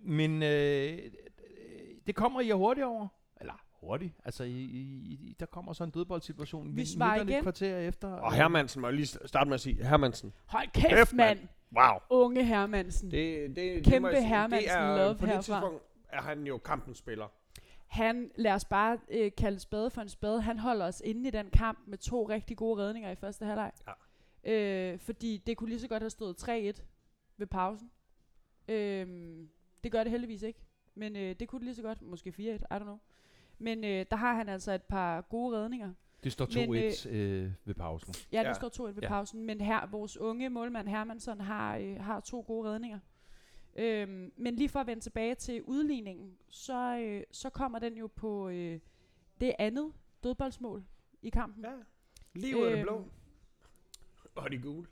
det kommer I hurtigt over. Eller hurtigt. Altså der kommer så en dødboldsituation. Vi svarer igen. Et kvarter efter. Og Hermansen, må jeg lige starte med at sige. Hermansen. Hold kæft, mand. Wow. Unge Hermansen. Kæmpe Hermansen-love herfra. På det tidspunkt er han jo kampens spiller. Han, lad os bare kalde spade for en spade, han holder os inde i den kamp med 2 rigtig gode redninger i første halvleg. Ja. Fordi det kunne lige så godt have stået 3-1 ved pausen. Det gør det heldigvis ikke. Men det kunne det lige så godt. Måske 4-1, I don't know. Men der har han altså et par gode redninger. Det står 2-1 ved pausen. Ja, det står 2-1 ved pausen. Men vores unge målmand Hermansson har 2 gode redninger. Men lige for at vende tilbage til udligningen, så kommer den jo på det andet dødboldsmål i kampen. Ja, lige ud af det blå. Og de gule.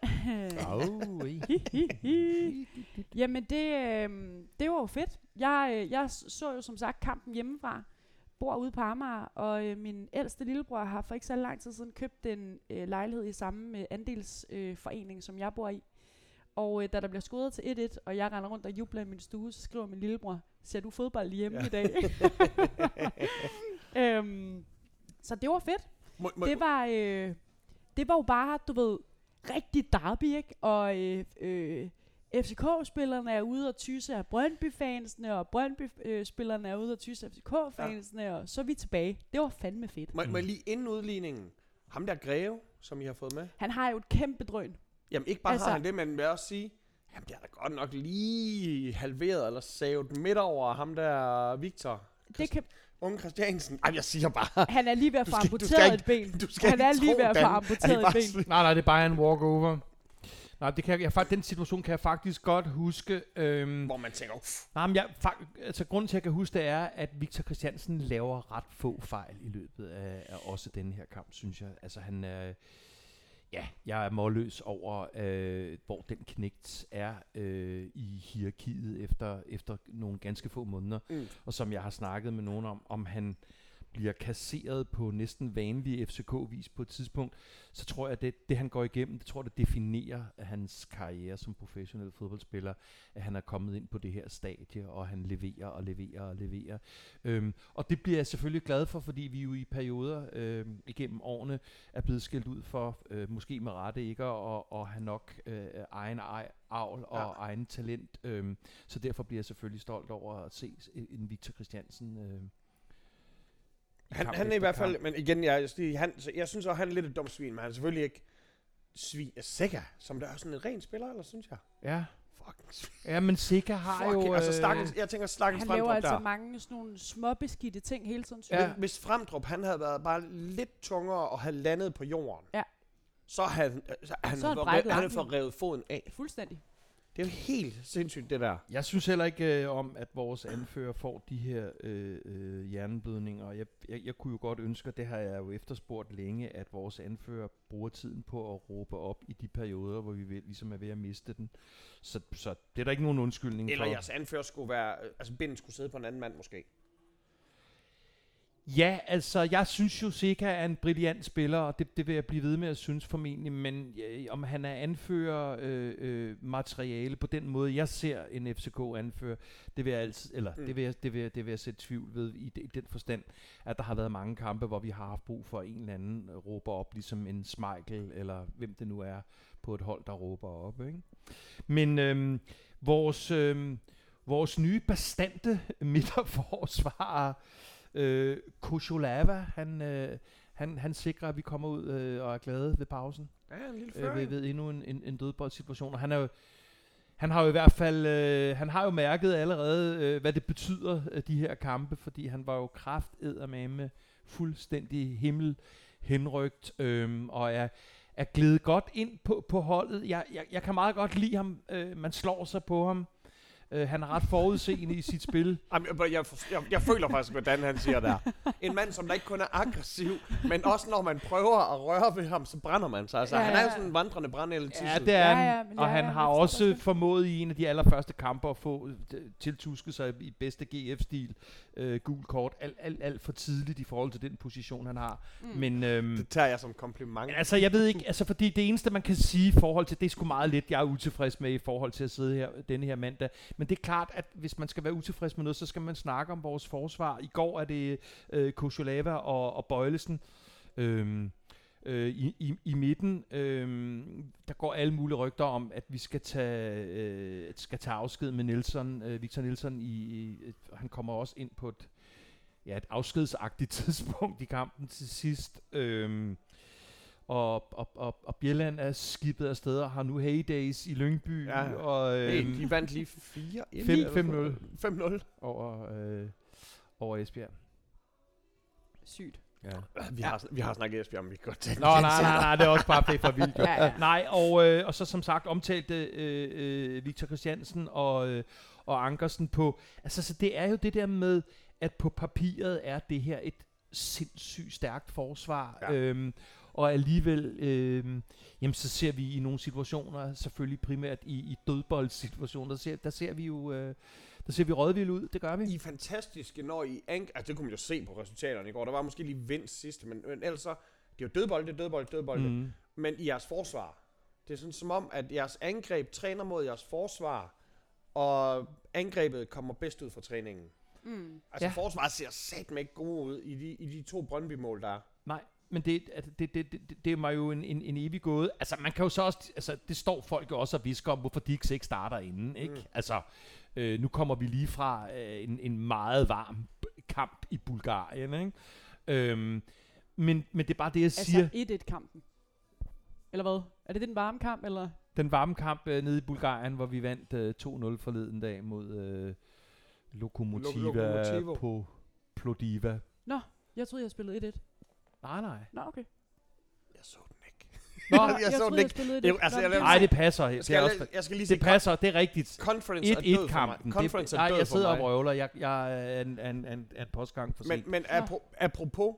Jamen det var jo fedt. Jeg så jo som sagt kampen hjemmefra. Bor ude på Amager, og min ældste lillebror har for ikke så lang tid siden købt en lejlighed i samme andelsforening, som jeg bor i. Og da der bliver scoret til 1-1, og jeg render rundt og jubler i min stue, så skriver min lillebror, ser du fodbold hjemme i dag? Så det var fedt. Det var jo bare, du ved, rigtig derby, ikke? Og FCK-spillerne er ude og tyse af Brøndby-fansene, og Brøndby-spillerne er ude og tyse af FCK-fansene, og så er vi tilbage. Det var fandme fedt. Må lige inden udligningen, ham der Greve, som I har fået med? Han har jo et kæmpe drøn. Jamen ikke bare har han det, men vil også sige, jamen det er da godt nok lige halveret, eller savet midt over ham der Victor. Unge Christiansen. Ej, jeg siger bare. Han er lige ved at få amputeret et ben. Han er lige ved at få amputeret et ben. Nej, det er bare en walkover. Nej, det kan den situation kan jeg faktisk godt huske. Hvor man tænker, nej, men grunden til, at jeg kan huske, det er, at Victor Christiansen laver ret få fejl i løbet af også denne her kamp, synes jeg. Altså, han er... jeg er målløs over, hvor den knægt er i hierarkiet efter nogle ganske få måneder. Og som jeg har snakket med nogen om han bliver kasseret på næsten vanlig FCK-vis på et tidspunkt, så tror jeg, at det han går igennem, det tror jeg, det definerer hans karriere som professionel fodboldspiller, at han er kommet ind på det her stadie, og han leverer. Og det bliver jeg selvfølgelig glad for, fordi vi jo i perioder igennem årene er blevet skilt ud for, måske med rette ikke, og have nok egen avl og egen talent. Så derfor bliver jeg selvfølgelig stolt over at se en Victor Christiansen Han er i hvert fald, men igen, jeg synes også, han er lidt et dumt svin, men han er selvfølgelig ikke svin af Seca, som der er sådan en ren spiller, eller synes jeg? Ja. Fucking svin. Ja, men Seca har jo... Altså jeg tænker stakkels han Fremdrup laver altså der. mange sådan nogle småbeskidte ting hele tiden. Ja. Hvis Fremdrup, han havde været bare lidt tungere og havde landet på jorden, så havde han fået revet foden af. Fuldstændig. Det er jo helt sindssygt, det der. Jeg synes heller ikke om, at vores anfører får de her hjerneblødninger. Jeg kunne jo godt ønske, det har jeg jo efterspurgt længe, at vores anfører bruger tiden på at råbe op i de perioder, hvor vi ligesom er ved at miste den. Så det er der ikke nogen undskyldning eller for. Jeres anfører skulle være, altså binden skulle sidde på en anden mand måske. Ja, altså, jeg synes jo, Seca er en brilliant spiller, og det vil jeg blive ved med at synes formentlig, men om han er anfører materiale på den måde, jeg ser en FCK-anfører, det vil jeg altid, eller det vil jeg sætte tvivl ved i den forstand, at der har været mange kampe, hvor vi har haft brug for en eller anden råber op, ligesom en Schmeichel, eller hvem det nu er på et hold, der råber op, ikke? Men vores nye bastante midterforsvarer, Kosholava, han sikrer, at vi kommer ud og er glade ved pausen. Ja, en lille føring. Ved endnu en dødboldsituation. Og han har jo i hvert fald, han har jo mærket allerede, hvad det betyder, de her kampe, fordi han var jo krafteddermame fuldstændig henrygt, og er glædet godt ind på holdet. Jeg kan meget godt lide ham. Man slår sig på ham. Han er ret forudseende i sit spil. Jeg føler faktisk, hvordan han siger der. En mand, som der ikke kun er aggressiv, men også når man prøver at røre ved ham, så brænder man sig. Altså, han er jo sådan en vandrende brændel. Ja, det er han. Og han har også formået i en af de allerførste kampe at få tiltusket sig i bedste GF-stil gul kort. Alt for tidligt i forhold til den position, han har. Men, det tager jeg som kompliment. Altså, jeg ved ikke, fordi det eneste, man kan sige i forhold til, det er sgu meget lidt, jeg er utilfreds med i forhold til at sidde her denne her mandag. Men det er klart, at hvis man skal være utilfreds med noget, så skal man snakke om vores forsvar. I går er det Kosholava og Bøjlesen i midten. Der går alle mulige rygter om, at vi skal tage afsked med Nielsen. Victor Nielsen, han kommer også ind på et afskedsagtigt tidspunkt i kampen til sidst. Og Bjelland er skibet afsted og har nu heydays i Lyngby. Ja. Og, de vandt lige 5-0 over Esbjerg. Sygt. Ja. Vi har snakket Esbjerg, om vi kan godt tage nej, det er også bare for vildt. Ja. Nej, og så som sagt omtalte Victor Christiansen og Ankersen på, altså så det er jo det der med, at på papiret er det her et sindssygt stærkt forsvar. Ja. Og alligevel, jamen så ser vi i nogle situationer, selvfølgelig primært i dødboldssituationer, der ser vi jo, der ser vi rådvilde ud, det gør vi. I er fantastiske, når I altså det kunne man jo se på resultaterne i går, der var måske lige vind sidste, men ellers så, det er jo dødbold. Men i jeres forsvar, det er sådan som om, at jeres angreb træner mod jeres forsvar, og angrebet kommer bedst ud fra træningen. Altså forsvaret ser satme ikke gode ud i de 2 Brøndby-mål, der er. Nej. Men det er mig jo en evig gåde. Altså, man kan jo så også... Altså, det står folk jo også og visker om, hvorfor de ikke starter inden, ikke? Altså, nu kommer vi lige fra en meget varm kamp i Bulgarien, ikke? Men det er bare det, jeg siger... Altså 1-1-kampen? Eller hvad? Er det den varme kamp, eller...? Den varme kamp nede i Bulgarien, hvor vi vandt 2-0 forleden dag mod Lokomotiva på Plodiva. Nå, jeg troede, jeg spillede 1-1. Nej. Nå, okay. Jeg så den ikke. Jeg så den ikke. Nej, det passer. Jeg skal lige det passer, det er rigtigt. Conference er død for mig. Conference er død for mig. Jeg sidder og brøvler. Jeg er en postgang for sent. Men apropos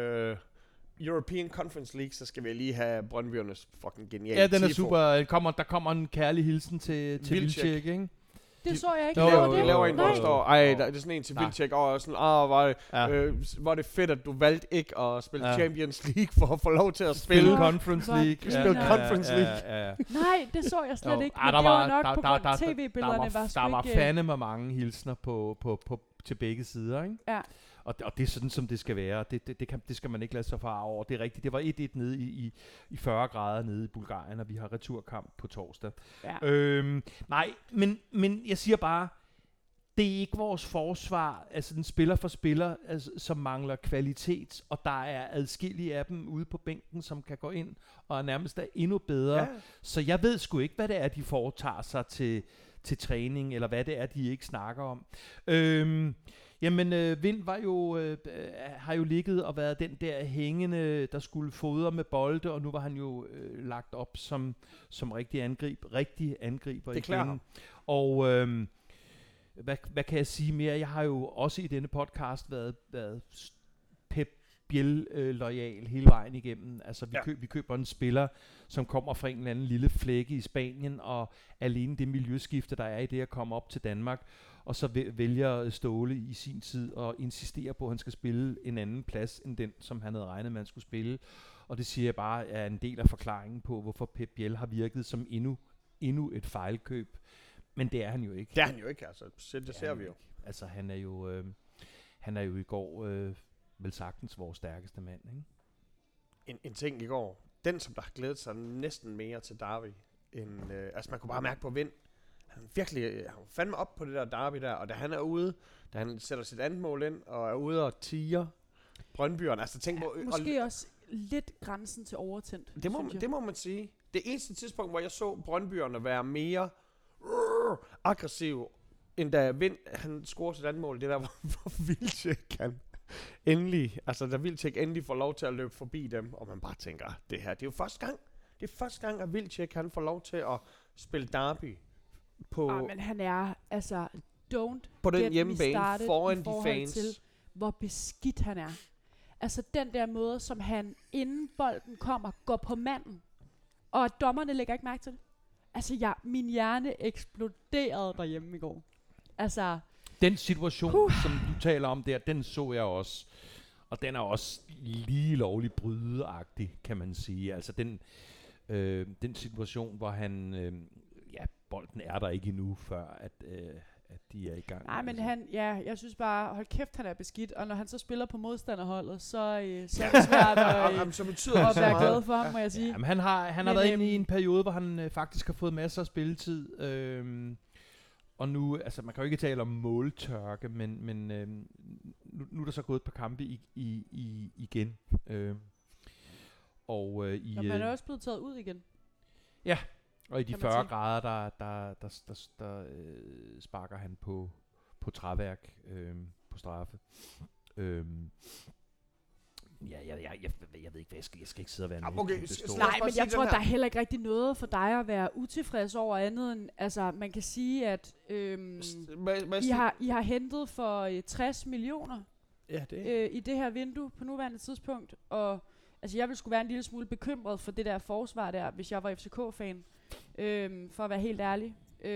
European Conference League, så skal vi lige have Brøndbyernes fucking geniale tifo. Ja, den er super. Der kommer en kærlig hilsen til Vilcek, ikke? Det så jeg ikke. De laver en, hvor der står, det er sådan en til Vilcek, og sådan, var det fedt, at du valgte ikke at spille Champions League, for at få lov til at spille Conference League. Conference League. Nej, det så jeg slet ikke, men det var nok på grund af tv-billederne. Der var fandeme mange hilsner til begge sider, ikke? Ja. Og det er sådan, som det skal være. Det skal man ikke lade sig fare over. Det er rigtigt. Det var 1-1 nede i 40 grader nede i Bulgarien, og vi har returkamp på torsdag. Ja. Nej, men jeg siger bare, det er ikke vores forsvar, altså den spiller for spiller, altså, som mangler kvalitet, og der er adskillige af dem ude på bænken, som kan gå ind og er nærmest endnu bedre. Ja. Så jeg ved sgu ikke, hvad det er, de foretager sig til træning, eller hvad det er, de ikke snakker om. Vind var jo, har jo ligget og været den der hængende, der skulle fodre med bolde, og nu var han jo lagt op som rigtig angriber. Det klæder ham. Og hvad kan jeg sige mere? Jeg har jo også i denne podcast været Pep Biel-loyal hele vejen igennem. Altså vi køber en spiller, som kommer fra en eller anden lille flække i Spanien, og alene det miljøskifte, der er i det at komme op til Danmark, og så vælger Ståle i sin tid og insisterer på, at han skal spille en anden plads, end den, som han havde regnet med, han skulle spille. Og det siger jeg bare er en del af forklaringen på, hvorfor Pep Biel har virket som endnu et fejlkøb. Men det er han jo ikke. Det er han jo ikke, altså. Det ser vi jo. Altså, han er jo i går vel sagtens vores stærkeste mand, ikke? En ting i går. Den, som der har glædet sig næsten mere til Derby, end, altså man kunne bare mærke på Vind. Han var fandme op på det der Derby der, og da han er ude, da han sætter sit andet mål ind, og er ude og tiger Brøndbyerne, altså tænk på... Måske også lidt grænsen til overtændt. Det må man sige. Det eneste tidspunkt, hvor jeg så Brøndbyerne være mere aggressiv, end da Vind, han scorer sit andet mål, det der, hvor Wilczek kan endelig, altså da Wilczek endelig får lov til at løbe forbi dem, og man bare tænker, det er jo første gang, at Wilczek han får lov til at spille Derby på... men han er, altså, på den hjemmebane foran de fans. Til, hvor beskidt han er. Altså den der måde, som han, inden bolden kommer, går på manden, og dommerne lægger ikke mærke til det. Altså, min hjerne eksploderede derhjemme i går. Altså... Den situation, som du taler om der, den så jeg også. Og den er også lige lovligt brydeagtig, kan man sige. Altså, den situation, hvor han... bolden er der ikke endnu, før at de er i gang. Nej, men altså. Jeg synes bare, hold kæft, han er beskidt. Og når han så spiller på modstanderholdet, så er det svært at være glad for ham, må jeg sige. Jamen, han har været inde i en periode, hvor han faktisk har fået masser af spilletid. Og nu, altså man kan jo ikke tale om måltørke, men nu er der så gået et par kampe igen. Man er også blevet taget ud igen. Ja. Og i de 40 grader, der sparker han på træværk på straffe. Jeg ved ikke, hvad jeg skal ikke sidde og være Nej, men jeg tror, der er heller ikke rigtig noget for dig at være utilfreds over andet end, altså man kan sige, at I har hentet for 60 millioner i det her vindue på nuværende tidspunkt, og altså jeg ville skulle være en lille smule bekymret for det der forsvar der, hvis jeg var FCK-fan. For at være helt ærlig.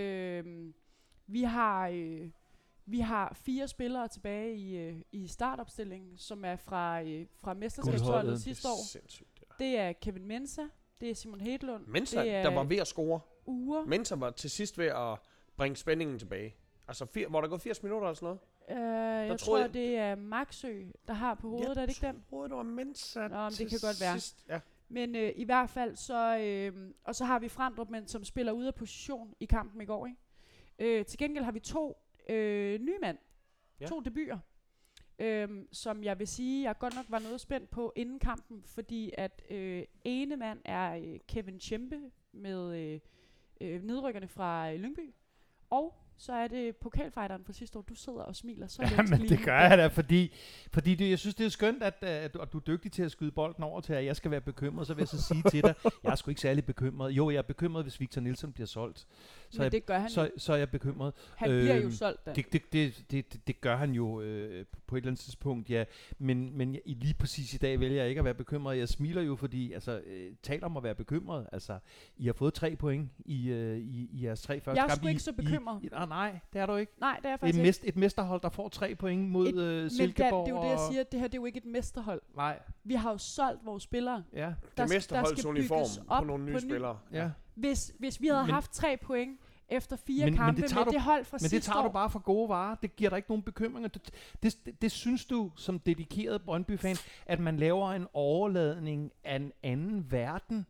Vi har 4 spillere tilbage i startopstillingen, som er fra mesterskabsholdet sidste år. Det er Kevin Mensah, det er Simon Hedlund. Mensah, der var ved at score. Mensah var til sidst ved at bringe spændingen tilbage. Altså, hvor der går 80 minutter eller sådan noget. Jeg tror, det er Maxø, der har på hovedet, er det ikke dem? Jeg troede, det var Mensah. Nå, det kan godt være. Sidst, ja. Men i hvert fald så og så har vi Frandrup, men som spiller ude af position i kampen i går, ikke? Til gengæld har vi 2 nye mand, 2 debuter, som jeg vil sige, jeg godt nok var noget spændt på inden kampen, fordi at ene mand er Kevin Tjempe med nedrykkerne fra Lyngby, og så er det pokalfighteren fra sidste år. Du sidder og smiler så længst lige. Det gør jeg da, fordi jeg synes, det er skønt, at du er dygtig til at skyde bolden over til, at jeg skal være bekymret. Så vil jeg så sige til dig, jeg er sgu ikke særlig bekymret. Jo, jeg er bekymret, hvis Victor Nielsen bliver solgt. Men det gør han så er jeg bekymret. Han bliver jo solgt da. Det gør han jo på et eller andet tidspunkt, ja. Men lige præcis i dag vælger jeg ikke at være bekymret. Jeg smiler jo, fordi taler om at være bekymret. Altså, I har fået 3 point i jeres 3 første kampe. Jeg er sgu ikke så bekymret. Nej, det er du ikke. Nej, det er faktisk ikke. Et mesterhold, der får 3 point mod Silkeborg. Men det er jo det, jeg siger. Det her det er jo ikke et mesterhold. Nej. Vi har jo solgt vores spillere. Ja. Det er mesterholdsuniform på nogle nye spillere. Ja. Hvis vi havde haft 3 point efter 4 kampe med det hold fra sidste år. Men det tager du bare for gode varer. Det giver dig ikke nogen bekymringer. Det synes du som dedikeret Brøndby-fan, at man laver en overladning af en anden verden,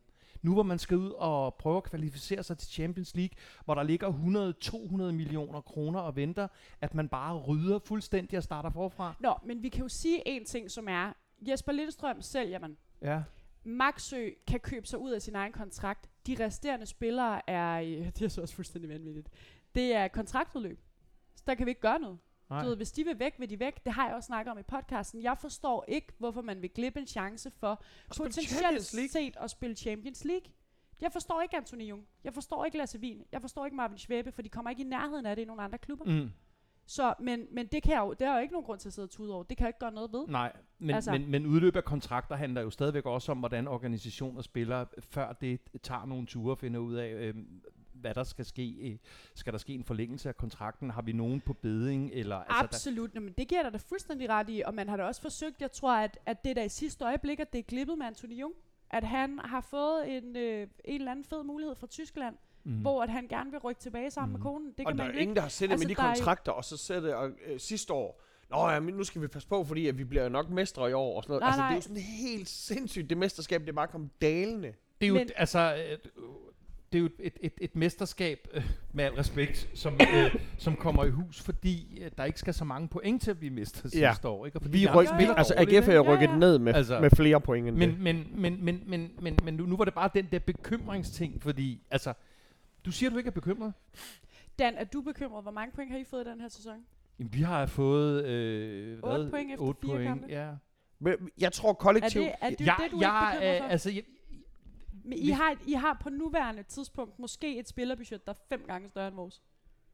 nu hvor man skal ud og prøve at kvalificere sig til Champions League, hvor der ligger 100-200 millioner kroner og venter, at man bare rydder fuldstændig og starter forfra? Nå, men vi kan jo sige en ting, som er, Jesper Lillestrøm sælger man. Ja. Maxø kan købe sig ud af sin egen kontrakt. De resterende spillere er, det er så også fuldstændig vanvittigt, det er kontraktudløb. Så der kan vi ikke gøre noget. Du ved, hvis de vil væk, vil de væk. Det har jeg også snakket om i podcasten. Jeg forstår ikke, hvorfor man vil glippe en chance for potentielt set at spille Champions League. Jeg forstår ikke Anthony Jung. Jeg forstår ikke Lasse Wien. Jeg forstår ikke Marvin Schwäbe, for de kommer ikke i nærheden af det i nogle andre klubber. Mm. Så, men det er jo ikke nogen grund til at sidde og tude over. Det kan jeg ikke gøre noget ved. Nej, men udløb af kontrakter handler jo stadigvæk også om, hvordan organisationer spiller, før det tager nogle ture og finder ud af, hvad der skal ske. Skal der ske en forlængelse af kontrakten? Har vi nogen på beding? Eller, absolut. Men det giver der fuldstændig ret i, og man har da også forsøgt, jeg tror, at det der i sidste øjeblik, at det er glippet med Anthony Jung, at han har fået en eller anden fed mulighed fra Tyskland, hvor at han gerne vil rykke tilbage sammen med konen. Det og kan der man er ingen, der har sættet med de kontrakter, jo... og så sætter sidste år, nu skal vi passe på, fordi at vi bliver nok mestre i år. Og sådan noget. Nej. Det er jo sådan helt sindssygt, det mesterskab, det er bare kommet dalende. Det er jo, det er jo et mesterskab, med al respekt, som kommer i hus, fordi der ikke skal så mange point til at blive mester sidste år. Ikke? Og vi AGF er rykket ned med flere point end det. Men nu var det bare den der bekymringsting, fordi, du siger, du ikke er bekymret. Dan, er du bekymret? Hvor mange point har I fået i den her sæson? Jamen, vi har fået 8 point efter 4 kampe. Ja. Men jeg tror kollektivt... Er det det, du er ikke bekymret for? Men I har på nuværende tidspunkt måske et spillerbudget, der er 5 gange større end vores.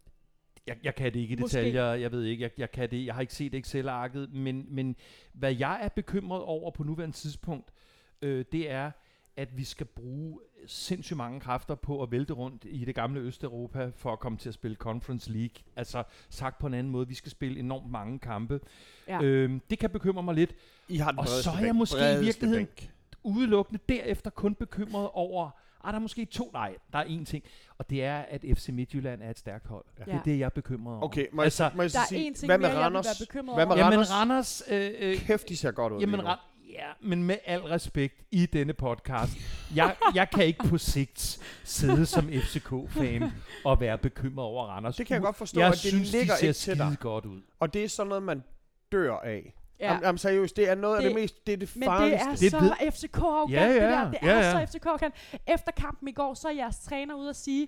Jeg kan det ikke i detaljer, jeg ved ikke, jeg kan det. Jeg har ikke set Excel-arket, men hvad jeg er bekymret over på nuværende tidspunkt, det er, at vi skal bruge sindssygt mange kræfter på at vælte rundt i det gamle Østeuropa for at komme til at spille Conference League. Altså sagt på en anden måde, vi skal spille enormt mange kampe. Ja. Det kan bekymre mig lidt. I har den og så er jeg måske i virkeligheden udelukkende derefter kun bekymret over, der er måske der er én ting, og det er, at FC Midtjylland er et stærkt hold. Ja. Det er det, jeg er bekymret over. Okay, må jeg der sige, er én ting, hvad med mere, Randers? jeg vil være bekymret over. Jamen Randers... kæft, de ser godt ud. Jamen, men med al respekt i denne podcast, jeg kan ikke på sigt sidde som FCK-fan og være bekymret over Randers. Det kan jeg godt forstå, at det ligger ikke til dig. Godt ud. Og det er sådan noget, man dør af. Ja. Jamen seriøst, det er noget af det mest, det er det farligste. Men det er så FCK-arrogant, det er så FCK-arrogant. Efter kampen i går, så er jeres træner ude at sige,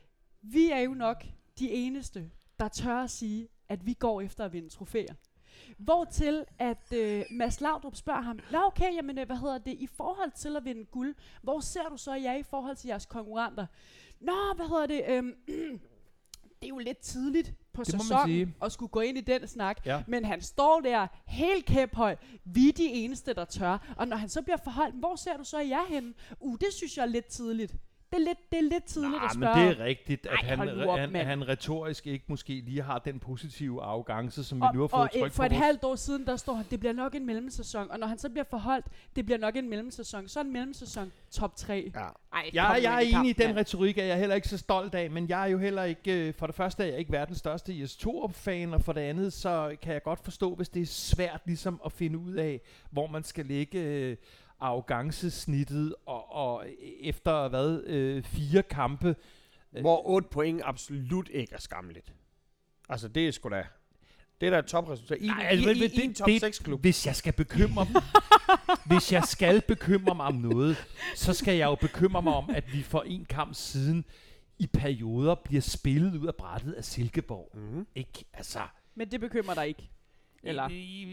vi er jo nok de eneste, der tør at sige, at vi går efter at vinde trofæer. Hvortil at Mads Laudrup spørger ham, okay, jamen i forhold til at vinde guld, hvor ser du så i forhold til jeres konkurrenter? Det er jo lidt tidligt på sæsonen at skulle gå ind i den snak, men han står der helt kæphøj, vi er de eneste, der tør, og når han så bliver forholdt, hvor ser du så jer henne? Det synes jeg er lidt tidligt. Det er lidt tidligt at spørge. Men det er rigtigt, at han retorisk ikke måske lige har den positive arrogance, som vi nu har fået tryk på. For et halvt år siden, der står han, det bliver nok en mellemsæson, og når han så bliver forholdt, det bliver nok en mellemsæson, så en mellemsæson top 3. Ja. Jeg er enig i den retorik, er jeg heller ikke så stolt af, men jeg er jo heller ikke, for det første er jeg ikke verdens største Jes Torup-fan, og for det andet, så kan jeg godt forstå, hvis det er svært ligesom at finde ud af, hvor man skal lægge arrogancesnittet, og efter 4 kampe. Hvor 8 point absolut ikke er skamligt. Altså det er sgu da, det er da et topresultat. I en top 6-klub. Hvis jeg skal bekymre mig om noget, så skal jeg jo bekymre mig om, at vi for en kamp siden i perioder bliver spillet ud af brættet af Silkeborg. Mm-hmm. Ikke? Altså. Men det bekymrer dig ikke? Eller?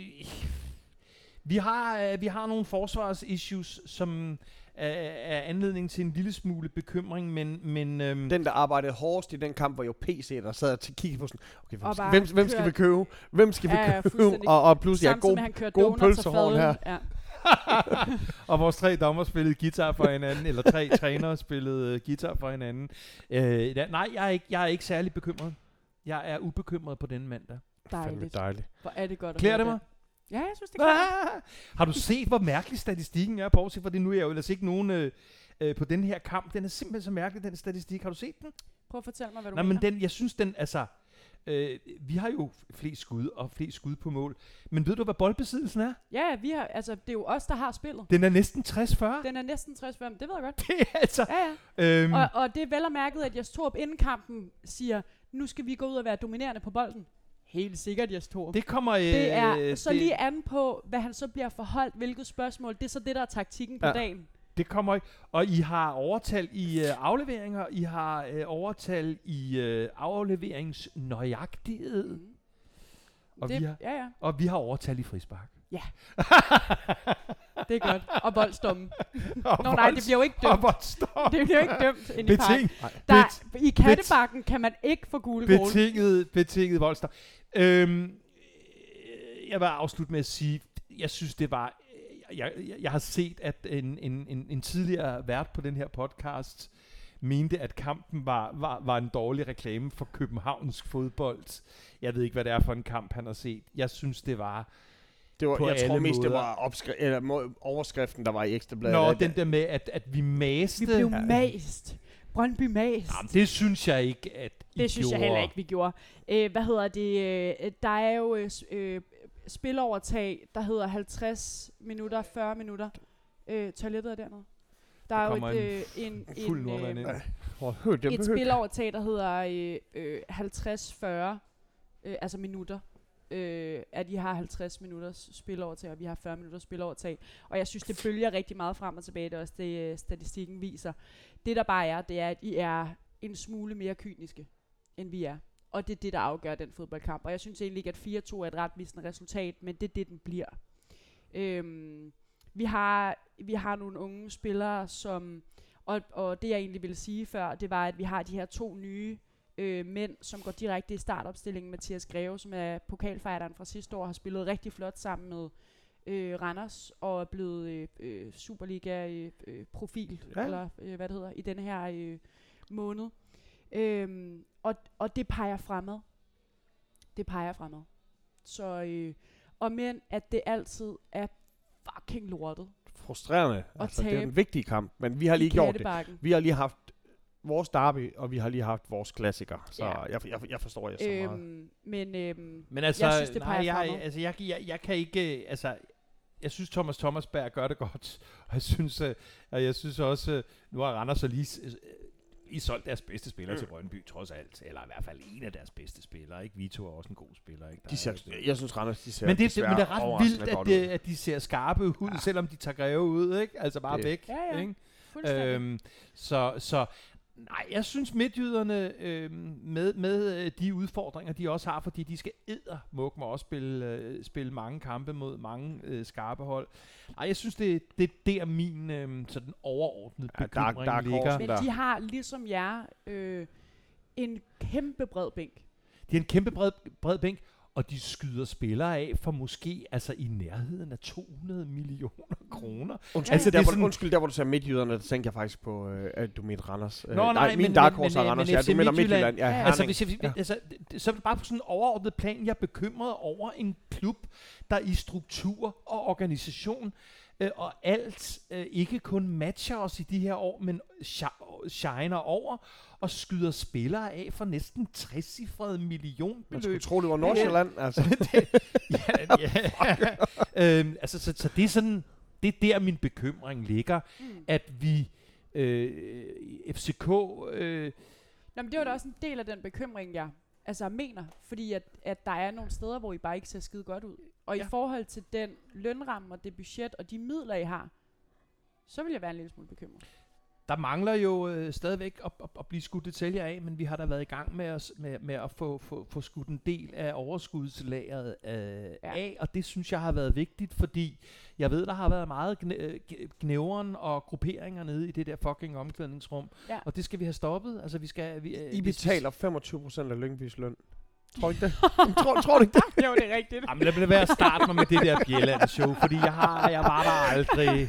Vi har nogle forsvarsissues, som er anledning til en lille smule bekymring, men den, der arbejdede hårdest i den kamp, var jo PC, der sad og kiggede på sådan, okay, hvem skal vi købe? Hvem skal vi købe? Og pludselig er god pølsehorn her. Ja. Og vores 3 dommer spillede guitar for hinanden, eller 3 trænere spillede guitar for hinanden. Nej, jeg er ikke særlig bekymret. Jeg er ubekymret på den mandag. Dejligt. Hvor er det godt at klæder det mig? Ja, jeg synes, det kan. Har du set, hvor mærkelig statistikken er, Bortset for det nu er jeg jo ellers ikke nogen på den her kamp. Den er simpelthen så mærkelig, den statistik. Har du set den? Prøv at fortælle mig, hvad du mener. Men jeg synes, den, vi har jo flest skud og flest skud på mål. Men ved du, hvad boldbesiddelsen er? Ja, vi har, altså, det er jo os, der har spillet. Den er næsten 60-40. Den er næsten 60-40, det ved jeg godt. Det er altså... Ja. Og det er vel og mærket, at Jes Torup inden kampen siger, nu skal vi gå ud og være dominerende på bolden. Helt sikkert, Jes Torup. Det kommer... det er så lige an på, hvad han så bliver forholdt, hvilket spørgsmål. Det er så det, der er taktikken på dagen. Det kommer ikke. Og I har overtal i afleveringer, I har overtal i afleveringsnøjagtighed. Og vi har overtal i frispark. Ja. Det er godt. Og boldstommen. Nej, det bliver jo ikke dømt. Det bliver ikke dømt ind i park. I Kattebakken kan man ikke få gule kort. Betinget voldstom. Jeg vil afslutte med at sige, jeg synes det var... Jeg har set, at en tidligere vært på den her podcast mente, at kampen var en dårlig reklame for københavnsk fodbold. Jeg ved ikke, hvad det er for en kamp, han har set. Jeg synes, det var på jeg tror mest, måder. Det var overskriften, der var i Ekstrabladet. Nå, den der med, at vi maste. Vi blev mast. Brøndby mast. Jamen, det synes jeg ikke, at I Det synes gjorde. jeg heller ikke, vi gjorde. Der er jo spilovertag, der hedder 50 minutter, 40 minutter. Toilettet er dernede. Der er jo et spilovertag, der hedder 50-40 altså minutter. At I har 50 minutters spilovertag, og vi har 40 minutters spilovertag. Og jeg synes, det bølger rigtig meget frem og tilbage. Det er også det, statistikken viser. Det der bare er, det er, at I er en smule mere kyniske, end vi er. Og det er det, der afgør den fodboldkamp. Og jeg synes egentlig ikke, at 4-2 er et retvisende resultat, men det er det, den bliver. Vi har nogle unge spillere, som... Og det, jeg egentlig ville sige før, det var, at vi har de her 2 nye mænd, som går direkte i startopstillingen. Mathias Greve, som er pokalfighteren fra sidste år, har spillet rigtig flot sammen med Randers, og er blevet Superliga-profil, eller hvad det hedder, i denne her måned. Og det peger fremad. Så, og men at det altid er fucking lortet. Frustrerende. Altså, det er en vigtig kamp, men vi har lige gjort det. Vi har lige haft vores derby, og vi har lige haft vores klassiker. Så jeg forstår jer så meget. Men altså, jeg synes, det peger fremad. Jeg kan ikke... Altså, jeg synes, Thomas Thomasberg gør det godt. Og jeg synes også, nu har Randers så lige... I solgte deres bedste spiller til Brøndby, trods alt. Eller i hvert fald en af deres bedste spillere. Ikke? Vito er også en god spiller. Ikke? Jeg synes, Randers, de ser men det er ret vildt, at de ser skarpe ud, selvom de tager Greve ud. Ikke? Altså bare væk. Ja. Ikke? Så nej, jeg synes midtjyderne med de udfordringer, de også har, fordi de skal eddermukke mig også spille mange kampe mod mange skarpe hold. Nej, jeg synes, det er der min sådan overordnede bekymring ligger. Men de har, ligesom jer, en kæmpe bred bænk. De har en kæmpe bred bænk, og de skyder spillere af for måske altså i nærheden af 200 millioner kroner. Undskyld, der hvor du sagde midtjyderne, der tænker jeg faktisk på, at du mente Randers. Min Dark Horse er Randers, du mener Midtjylland. Så er det bare på sådan en overordnet plan, jeg er bekymret over en klub, der i struktur og organisation og alt ikke kun matcher os i de her år, men shiner over og skyder spillere af for næsten 60-cifrede millionbeløb. Man skulle tro, det var Nordsjælland. Altså. Så det er sådan, det er der min bekymring ligger, at vi FCK... men det var da også en del af den bekymring, jeg mener, fordi at der er nogle steder, hvor I bare ikke ser skide godt ud. Og i forhold til den lønramme og det budget og de midler, I har, så vil jeg være en lille smule bekymret. Der mangler jo stadigvæk at blive skudt detaljer af, men vi har da været i gang med at få skudt en del af overskudslageret af, og det synes jeg har været vigtigt, fordi jeg ved, der har været meget gnæveren og grupperinger nede i det der fucking omklædningsrum, og det skal vi have stoppet. Altså, I betaler 25% af Lyngbys løn. Tror du ikke det? Tror du ikke det? Jo, det er rigtigt. Jamen, lad være at starte mig med det der Bjelland-show, fordi jeg var der aldrig.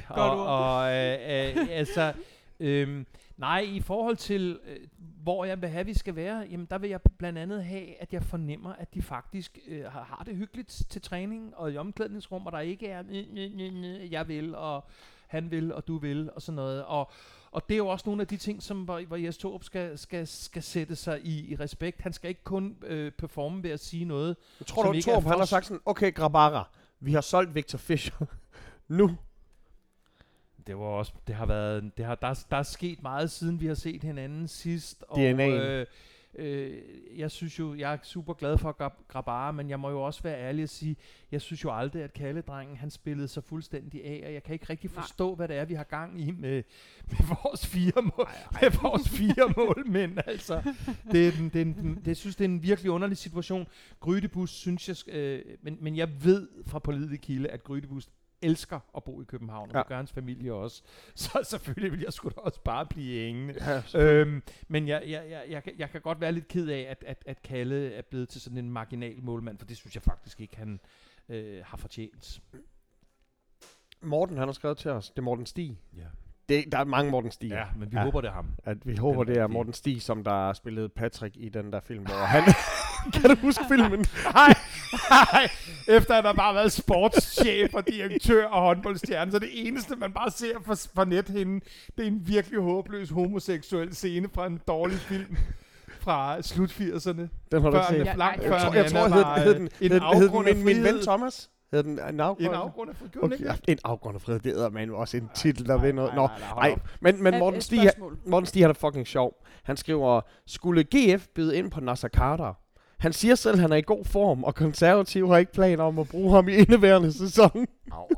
Nej, i forhold til, hvor jeg vil have, vi skal være, jamen der vil jeg blandt andet have, at jeg fornemmer, at de faktisk har det hyggeligt til træning og i omklædningsrum, og der ikke er, jeg vil, og han vil, og du vil, og sådan noget. Og det er jo også nogle af de ting, som hvor Jes Torup skal sætte sig i respekt. Han skal ikke kun performe ved at sige noget. Jeg tror du, Torup han har sagt sådan, okay, Grabara, vi har solgt Victor Fischer. Nu. Det var også, der er sket meget siden vi har set hinanden sidst. DNA'en. Jeg synes jo, jeg er super glad for Grabara, men jeg må jo også være ærlig at sige, jeg synes jo aldrig, at Kalledrengen, han spillede sig fuldstændig af, og jeg kan ikke rigtig forstå, hvad det er, vi har gang i med vores 4 mål, med vores 4 målmænd, altså. Jeg synes, det er en virkelig underlig situation. Grydebus, synes jeg, men jeg ved fra pålidelig kilde, at Grydebus elsker at bo i København, og det gør hans familie også. Så selvfølgelig vil jeg sgu da også bare blive hængende. Ja, men jeg kan godt være lidt ked af, at Kalle er blevet til sådan en marginal målmand, for det synes jeg faktisk ikke, han har fortjent. Morten, han har skrevet til os. Det er Morten Stig. Ja. Der er mange Morten Stig. Ja, men vi håber, det er ham. At vi håber, det er Morten Stig, som der spillede Patrick i den der film, hvor han... Kan du huske filmen? Nej. Efter at der bare har været sportschef og direktør og håndboldstjerne, så det eneste, man bare ser fra nethinden, det er en virkelig håbløs homoseksuel scene fra en dårlig film fra slut 80'erne. Den har du ikke set. Jeg tror, hed den Min ven Thomas. Hed den En afgrund af frihed? Okay, En afgrund af frihed, det er man også en titel, der ved noget. Nej, men Morten Stig, han er fucking sjov. Han skriver, skulle GF byde ind på Nasser Carter? Han siger selv, at han er i god form, og konservative har ikke planer om at bruge ham i indeværende sæson.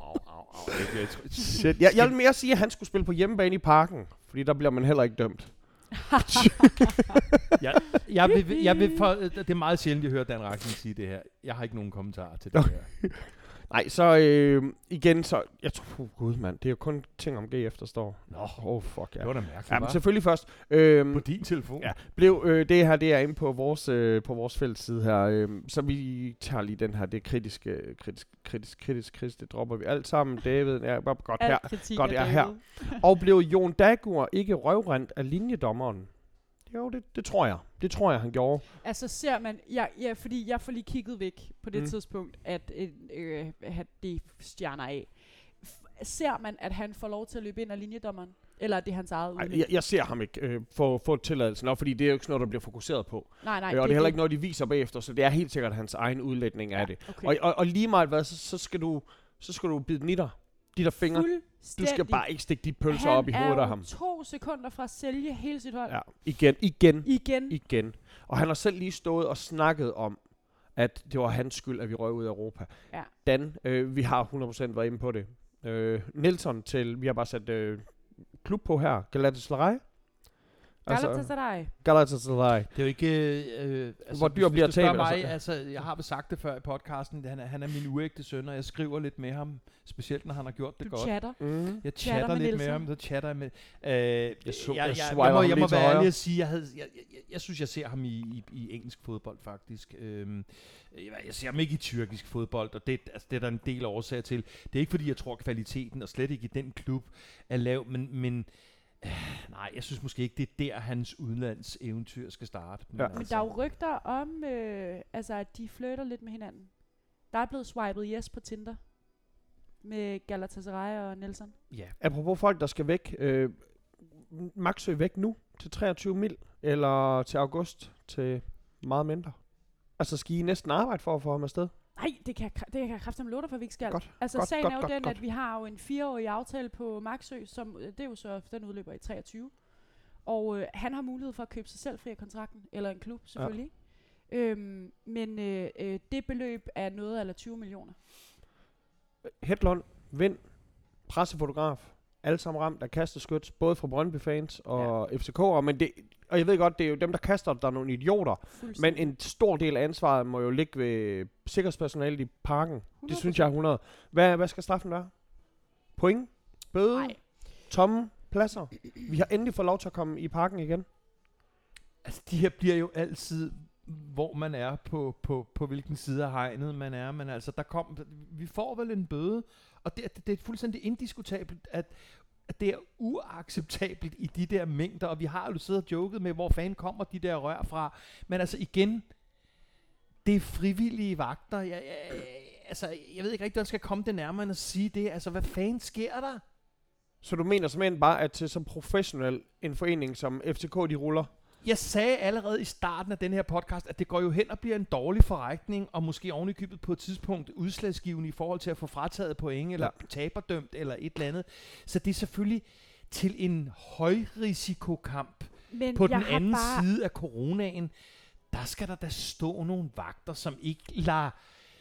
Shit. Jeg vil mere sige, at han skulle spille på hjemmebane i Parken, fordi der bliver man heller ikke dømt. Det er meget sjældent, jeg hører Dan Racklin sige det her. Jeg har ikke nogen kommentarer til det her. Nej, så igen, så... Jeg tror, gud mand, det er jo kun ting om GF, der står. Fuck ja. Det var da mærkeligt, ja, men selvfølgelig først... på din telefon? Ja, det her, det er inde på vores fælles side her. Så vi tager lige den her, det kritisk, det dropper vi alt sammen. David, ja, godt her. Godt er her. Og blev Jon Dagur ikke røvrendt af linjedommeren? Jo, det tror jeg. Det tror jeg, han gjorde. Altså ser man, fordi jeg får lige kigget væk på det tidspunkt, at det stjerner af. Ser man, at han får lov til at løbe ind af linjedommeren? Eller er det hans eget udlæg? Jeg ser ham ikke få tilladelsen, fordi det er jo ikke sådan noget, der bliver fokuseret på. Nej, og det er heller ikke noget, de viser bagefter, så det er helt sikkert hans egen udlægning af det. Okay. Og lige meget hvad, så skal du bide den i dig. De der fingre. Du skal bare ikke stikke de pølser op i hovedet af ham. Han er 2 sekunder fra at sælge hele sit hold. Ja, igen. Og han har selv lige stået og snakket om, at det var hans skyld, at vi røg ud af Europa. Ja. Dan, vi har 100% været inde på det. Nelson vi har bare sat klub på her. Galatasaray. Galatasaray. Det er jo ikke... hvor dyr bliver talt. Jeg har sagt det før i podcasten. Han er min uægte søn, og jeg skriver lidt med ham. Specielt når han har gjort det godt. Chatter. Jeg chatter lidt med ham. Så chatter jeg med... Jeg må være ærlig at sige, jeg synes, jeg ser ham i engelsk fodbold faktisk. Jeg ser ham ikke i tyrkisk fodbold, og det er der en del årsager til. Det er ikke fordi, jeg tror kvaliteten, og slet ikke i den klub, er lav, men nej, jeg synes måske ikke, det er der, hans udlands eventyr skal starte. Men der er jo rygter om, at de flytter lidt med hinanden. Der er blevet swipet yes på Tinder med Galatasaray og Nelson. Ja. Apropos folk, der skal væk. Maxø væk nu til 23 mil, eller til august til meget mindre. Altså, skal I næsten arbejde for at få ham afsted? Nej, det kan jeg kraftigt love dig for, at vi ikke skal. Godt, sagen er jo den, at vi har jo en 4-årig aftale på Maxø, som det er jo så, den udløber i 23. Og han har mulighed for at købe sig selv fri af kontrakten, eller en klub selvfølgelig. Ja. Men det beløb er noget eller 20 millioner. Hedlund, Vind, pressefotograf, alle sammen ramt af kasteskyts, både fra Brøndby-fans og FCK'ere, og jeg ved godt, det er jo dem, der kaster, der er nogle idioter, men en stor del af ansvaret må jo ligge ved sikkerhedspersonalet i Parken. 100%. Det synes jeg er 100. Hvad skal straffen være? Point? Bøde? Nej. Tomme pladser? Vi har endelig fået lov til at komme i Parken igen. Altså, de her bliver jo altid, hvor man er på hvilken side af hegnet man er, men altså, vi får vel en bøde, og det er fuldstændig indiskutabelt, at det er uacceptabelt i de der mængder, og vi har jo siddet og joket med, hvor fanden kommer de der rør fra. Men altså igen, det er frivillige vagter. Jeg ved ikke rigtig, hvordan skal komme det nærmere end at sige det. Altså, hvad fanden sker der? Så du mener simpelthen bare, at til så professionel en forening som FCK, de ruller? Jeg sagde allerede i starten af den her podcast, at det går jo hen og bliver en dårlig forretning, og måske ovenikøbet på et tidspunkt udslagsgivende i forhold til at få frataget point, eller taberdømt, eller et eller andet. Så det er selvfølgelig til en højrisikokamp. Men på den anden side af coronaen, der skal der da stå nogle vagter, som ikke lader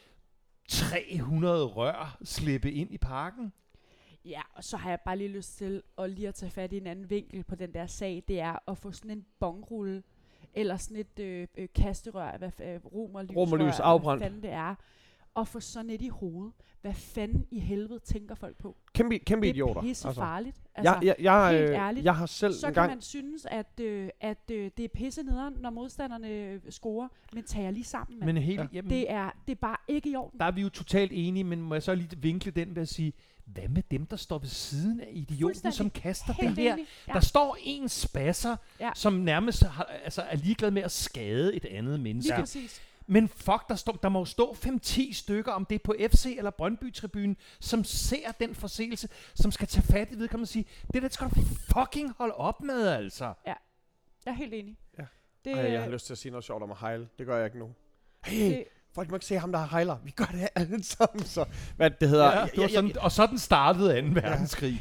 300 rør slippe ind i parken. Ja, og så har jeg bare lige lyst til at tage fat i en anden vinkel på den der sag. Det er at få sådan en bongrulle, eller sådan et kasterør, romerlys afbrændt. Hvad fanden det er, og få sådan et i hovedet. Hvad fanden i helvede tænker folk på? Kæmpe idioter. Det er pisse farligt. Altså, helt ærligt. Jeg har selv så kan man synes, at det er pisse nederen, når modstanderne scorer, men tager lige sammen. Men det er bare ikke i orden. Der er vi jo totalt enige, men må jeg så lige vinkle den ved at sige, hvad med dem, der står ved siden af idioten, som kaster det her? Ja. Der står en spasser, som nærmest er ligeglad med at skade et andet menneske. Lige præcis. Men fuck, der må jo stå 5-10 stykker, om det er på FC eller Brøndby-tribunen, som ser den forseelse, som skal tage fat i vedkommende og sige, det der skal du fucking holde op med, altså. Ja, jeg er helt enig. Ja. Jeg har lyst til at sige noget sjovt om at hejle. Det gør jeg ikke nu. Hey, folk må ikke se ham, der hejler. Vi gør det alle sammen, så. Hvad det hedder. Ja, og sådan startede 2. verdenskrig.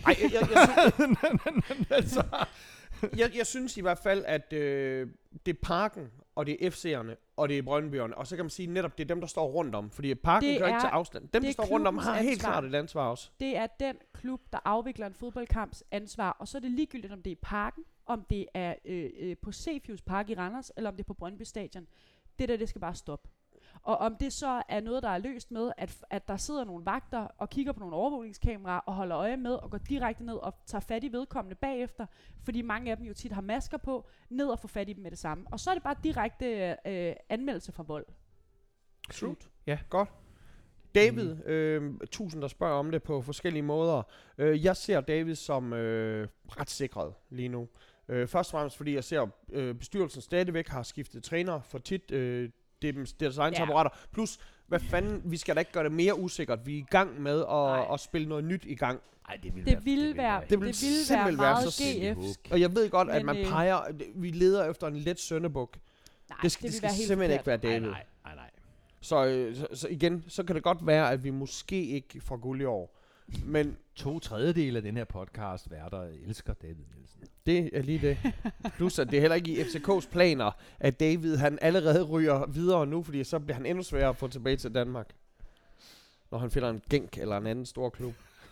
Jeg synes i hvert fald, at det er parken, og det er FC'erne, og det er Brøndbyerne. Og så kan man sige netop, det er dem, der står rundt om. Fordi parken gør ikke til afstand. Dem, der står rundt om, har helt klart et ansvar også. Det er den klub, der afvikler en fodboldkamps ansvar. Og så er det ligegyldigt, om det er i parken, om det er på Cefius Park i Randers, eller om det er på Brøndby Stadion. Det skal bare stoppe. Og om det så er noget, der er løst med, at der sidder nogle vagter og kigger på nogle overvågningskameraer og holder øje med og går direkte ned og tager fat i vedkommende bagefter, fordi mange af dem jo tit har masker på, ned og få fat i dem med det samme. Og så er det bare direkte anmeldelse for vold. Slut. Ja, godt. David, tusind der spørger om det på forskellige måder. Jeg ser David som ret sikret lige nu. Først og fremmest fordi jeg ser bestyrelsen stadigvæk har skiftet træner for tit. Det er deres egne apparater. Plus, hvad fanden, vi skal da ikke gøre det mere usikkert. Vi er i gang med at spille noget nyt i gang. Ej, det ville være meget GF. Og jeg ved godt, at man peger, vi leder efter en let søndebuk. Det skal simpelthen ikke være David. Nej. Så igen, så kan det godt være, at vi måske ikke får guld i år. Men 2/3 af den her podcast værter elsker David Nielsen. Det er lige det. Plus at det er heller ikke i FCK's planer, at David han allerede ryger videre nu, fordi så bliver han endnu sværere at få tilbage til Danmark. Når han finder en Genk eller en anden stor klub.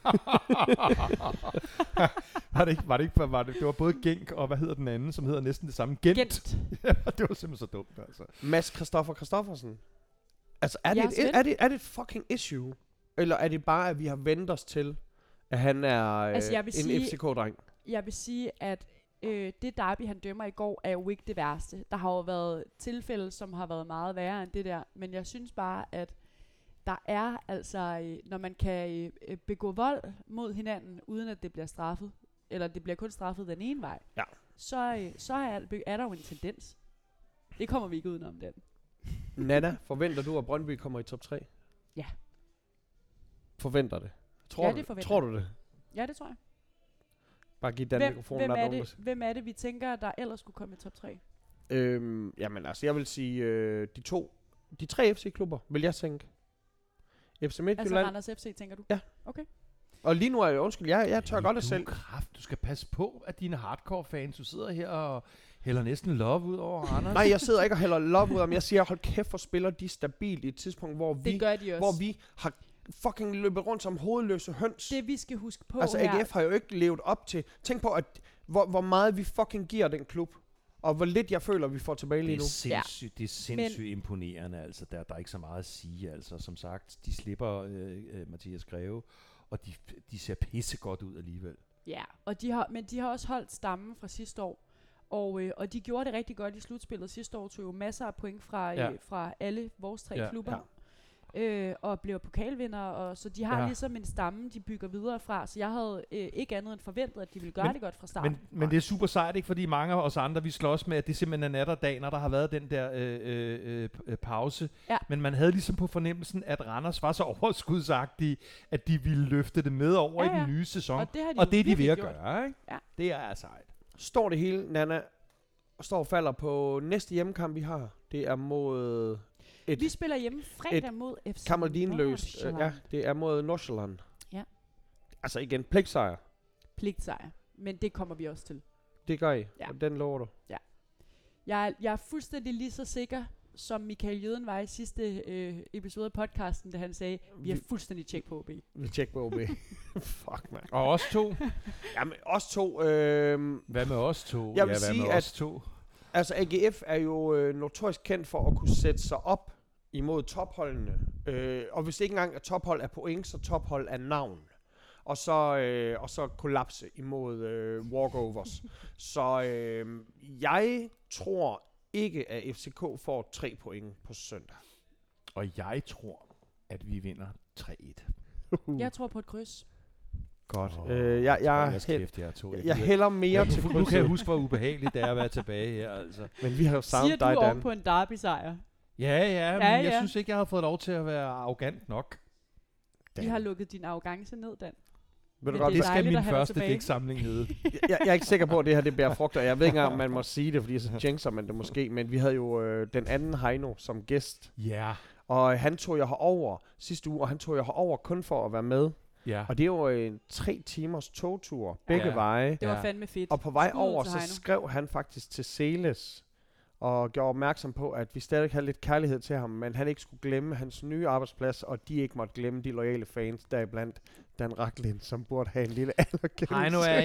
Det var både Genk og hvad hedder den anden, som hedder næsten det samme? Gent. Ja, det var simpelthen så dumt, altså. Mads Christoffersen. Altså, er det et fucking issue? Eller er det bare, at vi har vendt os til, at han er en FCK-dreng? Jeg vil sige, at det derby, han dømmer i går, er jo ikke det værste. Der har jo været tilfælde, som har været meget værre end det der. Men jeg synes bare, at der er altså, når man kan begå vold mod hinanden, uden at det bliver straffet, eller det bliver kun straffet den ene vej, så er der jo en tendens. Det kommer vi ikke udenom den. Nana, forventer du, at Brøndby kommer i top 3? Ja. Forventer det? Tror du det? Ja, det tror jeg. Bare giv den mikrofon. Hvem er det, vi tænker, der ellers skulle komme i top 3? Jamen altså, jeg vil sige, de 3 FC-klubber, vil jeg tænke. FC Midtjylland. Altså Randers FC, tænker du? Ja. Okay. Og lige nu er jeg tør godt det selv. Du skal passe på, at dine hardcore-fans, du sidder her og hælder næsten love ud over Randers. Nej, jeg sidder ikke og hælder love ud, men jeg siger, hold kæft, for spiller de stabilt i et tidspunkt, hvor vi har fucking løbet rundt som hovedløse høns. Det vi skal huske på altså AGF har jo ikke levet op til. Tænk på, at hvor meget vi fucking giver den klub. Og hvor lidt jeg føler, vi får tilbage lige nu. Det er sindssygt imponerende, altså. Der er ikke så meget at sige, altså. Som sagt, de slipper Mathias Greve, og de ser pisse godt ud alligevel. Ja, og de har også holdt stammen fra sidste år. Og de gjorde det rigtig godt i slutspillet sidste år, tog jo masser af point fra alle vores 3 klubber. og bliver pokalvinder, og så de har ligesom en stamme, de bygger videre fra, så jeg havde ikke andet end forventet, at de ville gøre det godt fra starten. Men det er super sejt, ikke? Fordi mange af os andre, vi slås med, at det simpelthen er nat og dag, når der har været den der pause. Ja. Men man havde ligesom på fornemmelsen, at Randers var så overskudsagtige, at de ville løfte det med over i den nye sæson. Og det har de og det er de ved at gjort. gøre, ikke? Ja. Det er sejt. Står det hele, Nana, står og falder på næste hjemmekamp, vi har. Det er mod... Vi spiller hjemme fredag mod FC Kamaldinløst. Ja, det er mod Nordsjælland. Ja. Altså igen, pligtsejr. Pligtsejr. Men det kommer vi også til. Det gør I, og den lover du. Ja. Jeg er fuldstændig lige så sikker, som Michael Jøden var i sidste episode af podcasten, da han sagde, vi er fuldstændig tjek på OB. Vi tjek på OB. Fuck, man. Og os to? Jamen, os to... Hvad med os to? Jeg vil sige, at altså AGF er jo notorisk kendt for at kunne sætte sig op imod topholdene. Og hvis ikke engang at tophold er point, så tophold er navn. Og så kollapse imod walkovers. Så jeg tror ikke, at FCK får 3 point på søndag. Og jeg tror, at vi vinder 3-1. Jeg tror på et kryds. Godt. Jeg hælder mere til krydset. Nu kan jeg huske, hvor ubehageligt det er at være tilbage her. Altså. Men vi har jo savnet dig, Dan. Siger du oven på en derby-sejr? Ja, men jeg synes ikke, jeg har fået lov til at være arrogant nok. Vi har lukket din arrogance ned, Dan. Ved du godt, det skal min første digtsamling hedde. Jeg er ikke sikker på, at det her det bærer frugter. Jeg ved ikke engang, om man må sige det, fordi så jinxer man det måske. Men vi havde jo den anden Heino som gæst. Ja. Og han tog jeg herover sidste uge, og han tog jeg herover kun for at være med. Ja. Og det var en 3 timers togtur, begge veje. Det var fandme fedt. Og på vej over, så skrev han faktisk til Seles og gjorde opmærksom på, at vi stadig havde lidt kærlighed til ham, men han ikke skulle glemme hans nye arbejdsplads, og de ikke måtte glemme de loyale fans, deriblandt Dan Racklin, som burde have en lille anerkendelse. Heino er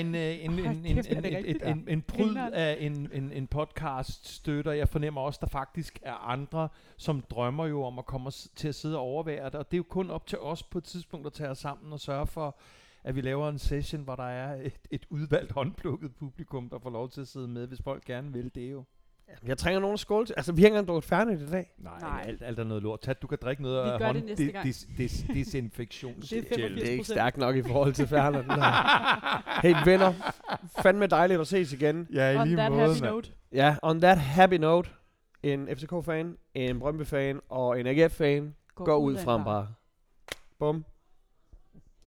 en pryd af en podcast-støtter. Jeg fornemmer også, der faktisk er andre, som drømmer jo om at komme til at sidde og overvære det, og det er jo kun op til os på et tidspunkt at tage os sammen og sørge for, at vi laver en session, hvor der er et udvalgt håndplukket publikum, der får lov til at sidde med, hvis folk gerne vil det jo. Jeg trænger nogen skål til. Altså, vi har ikke engang drukket færdigt i dag. Nej. Alt er noget lort. Du kan drikke noget af desinfektionsgel. Det er ikke stærkt nok i forhold til færdigt. Hey venner, fandme dejligt at ses igen. Ja, i lige måde. Ja, on that happy note. En FCK-fan, en Brøndby-fan og en AGF-fan går ud fra en bar. Bum.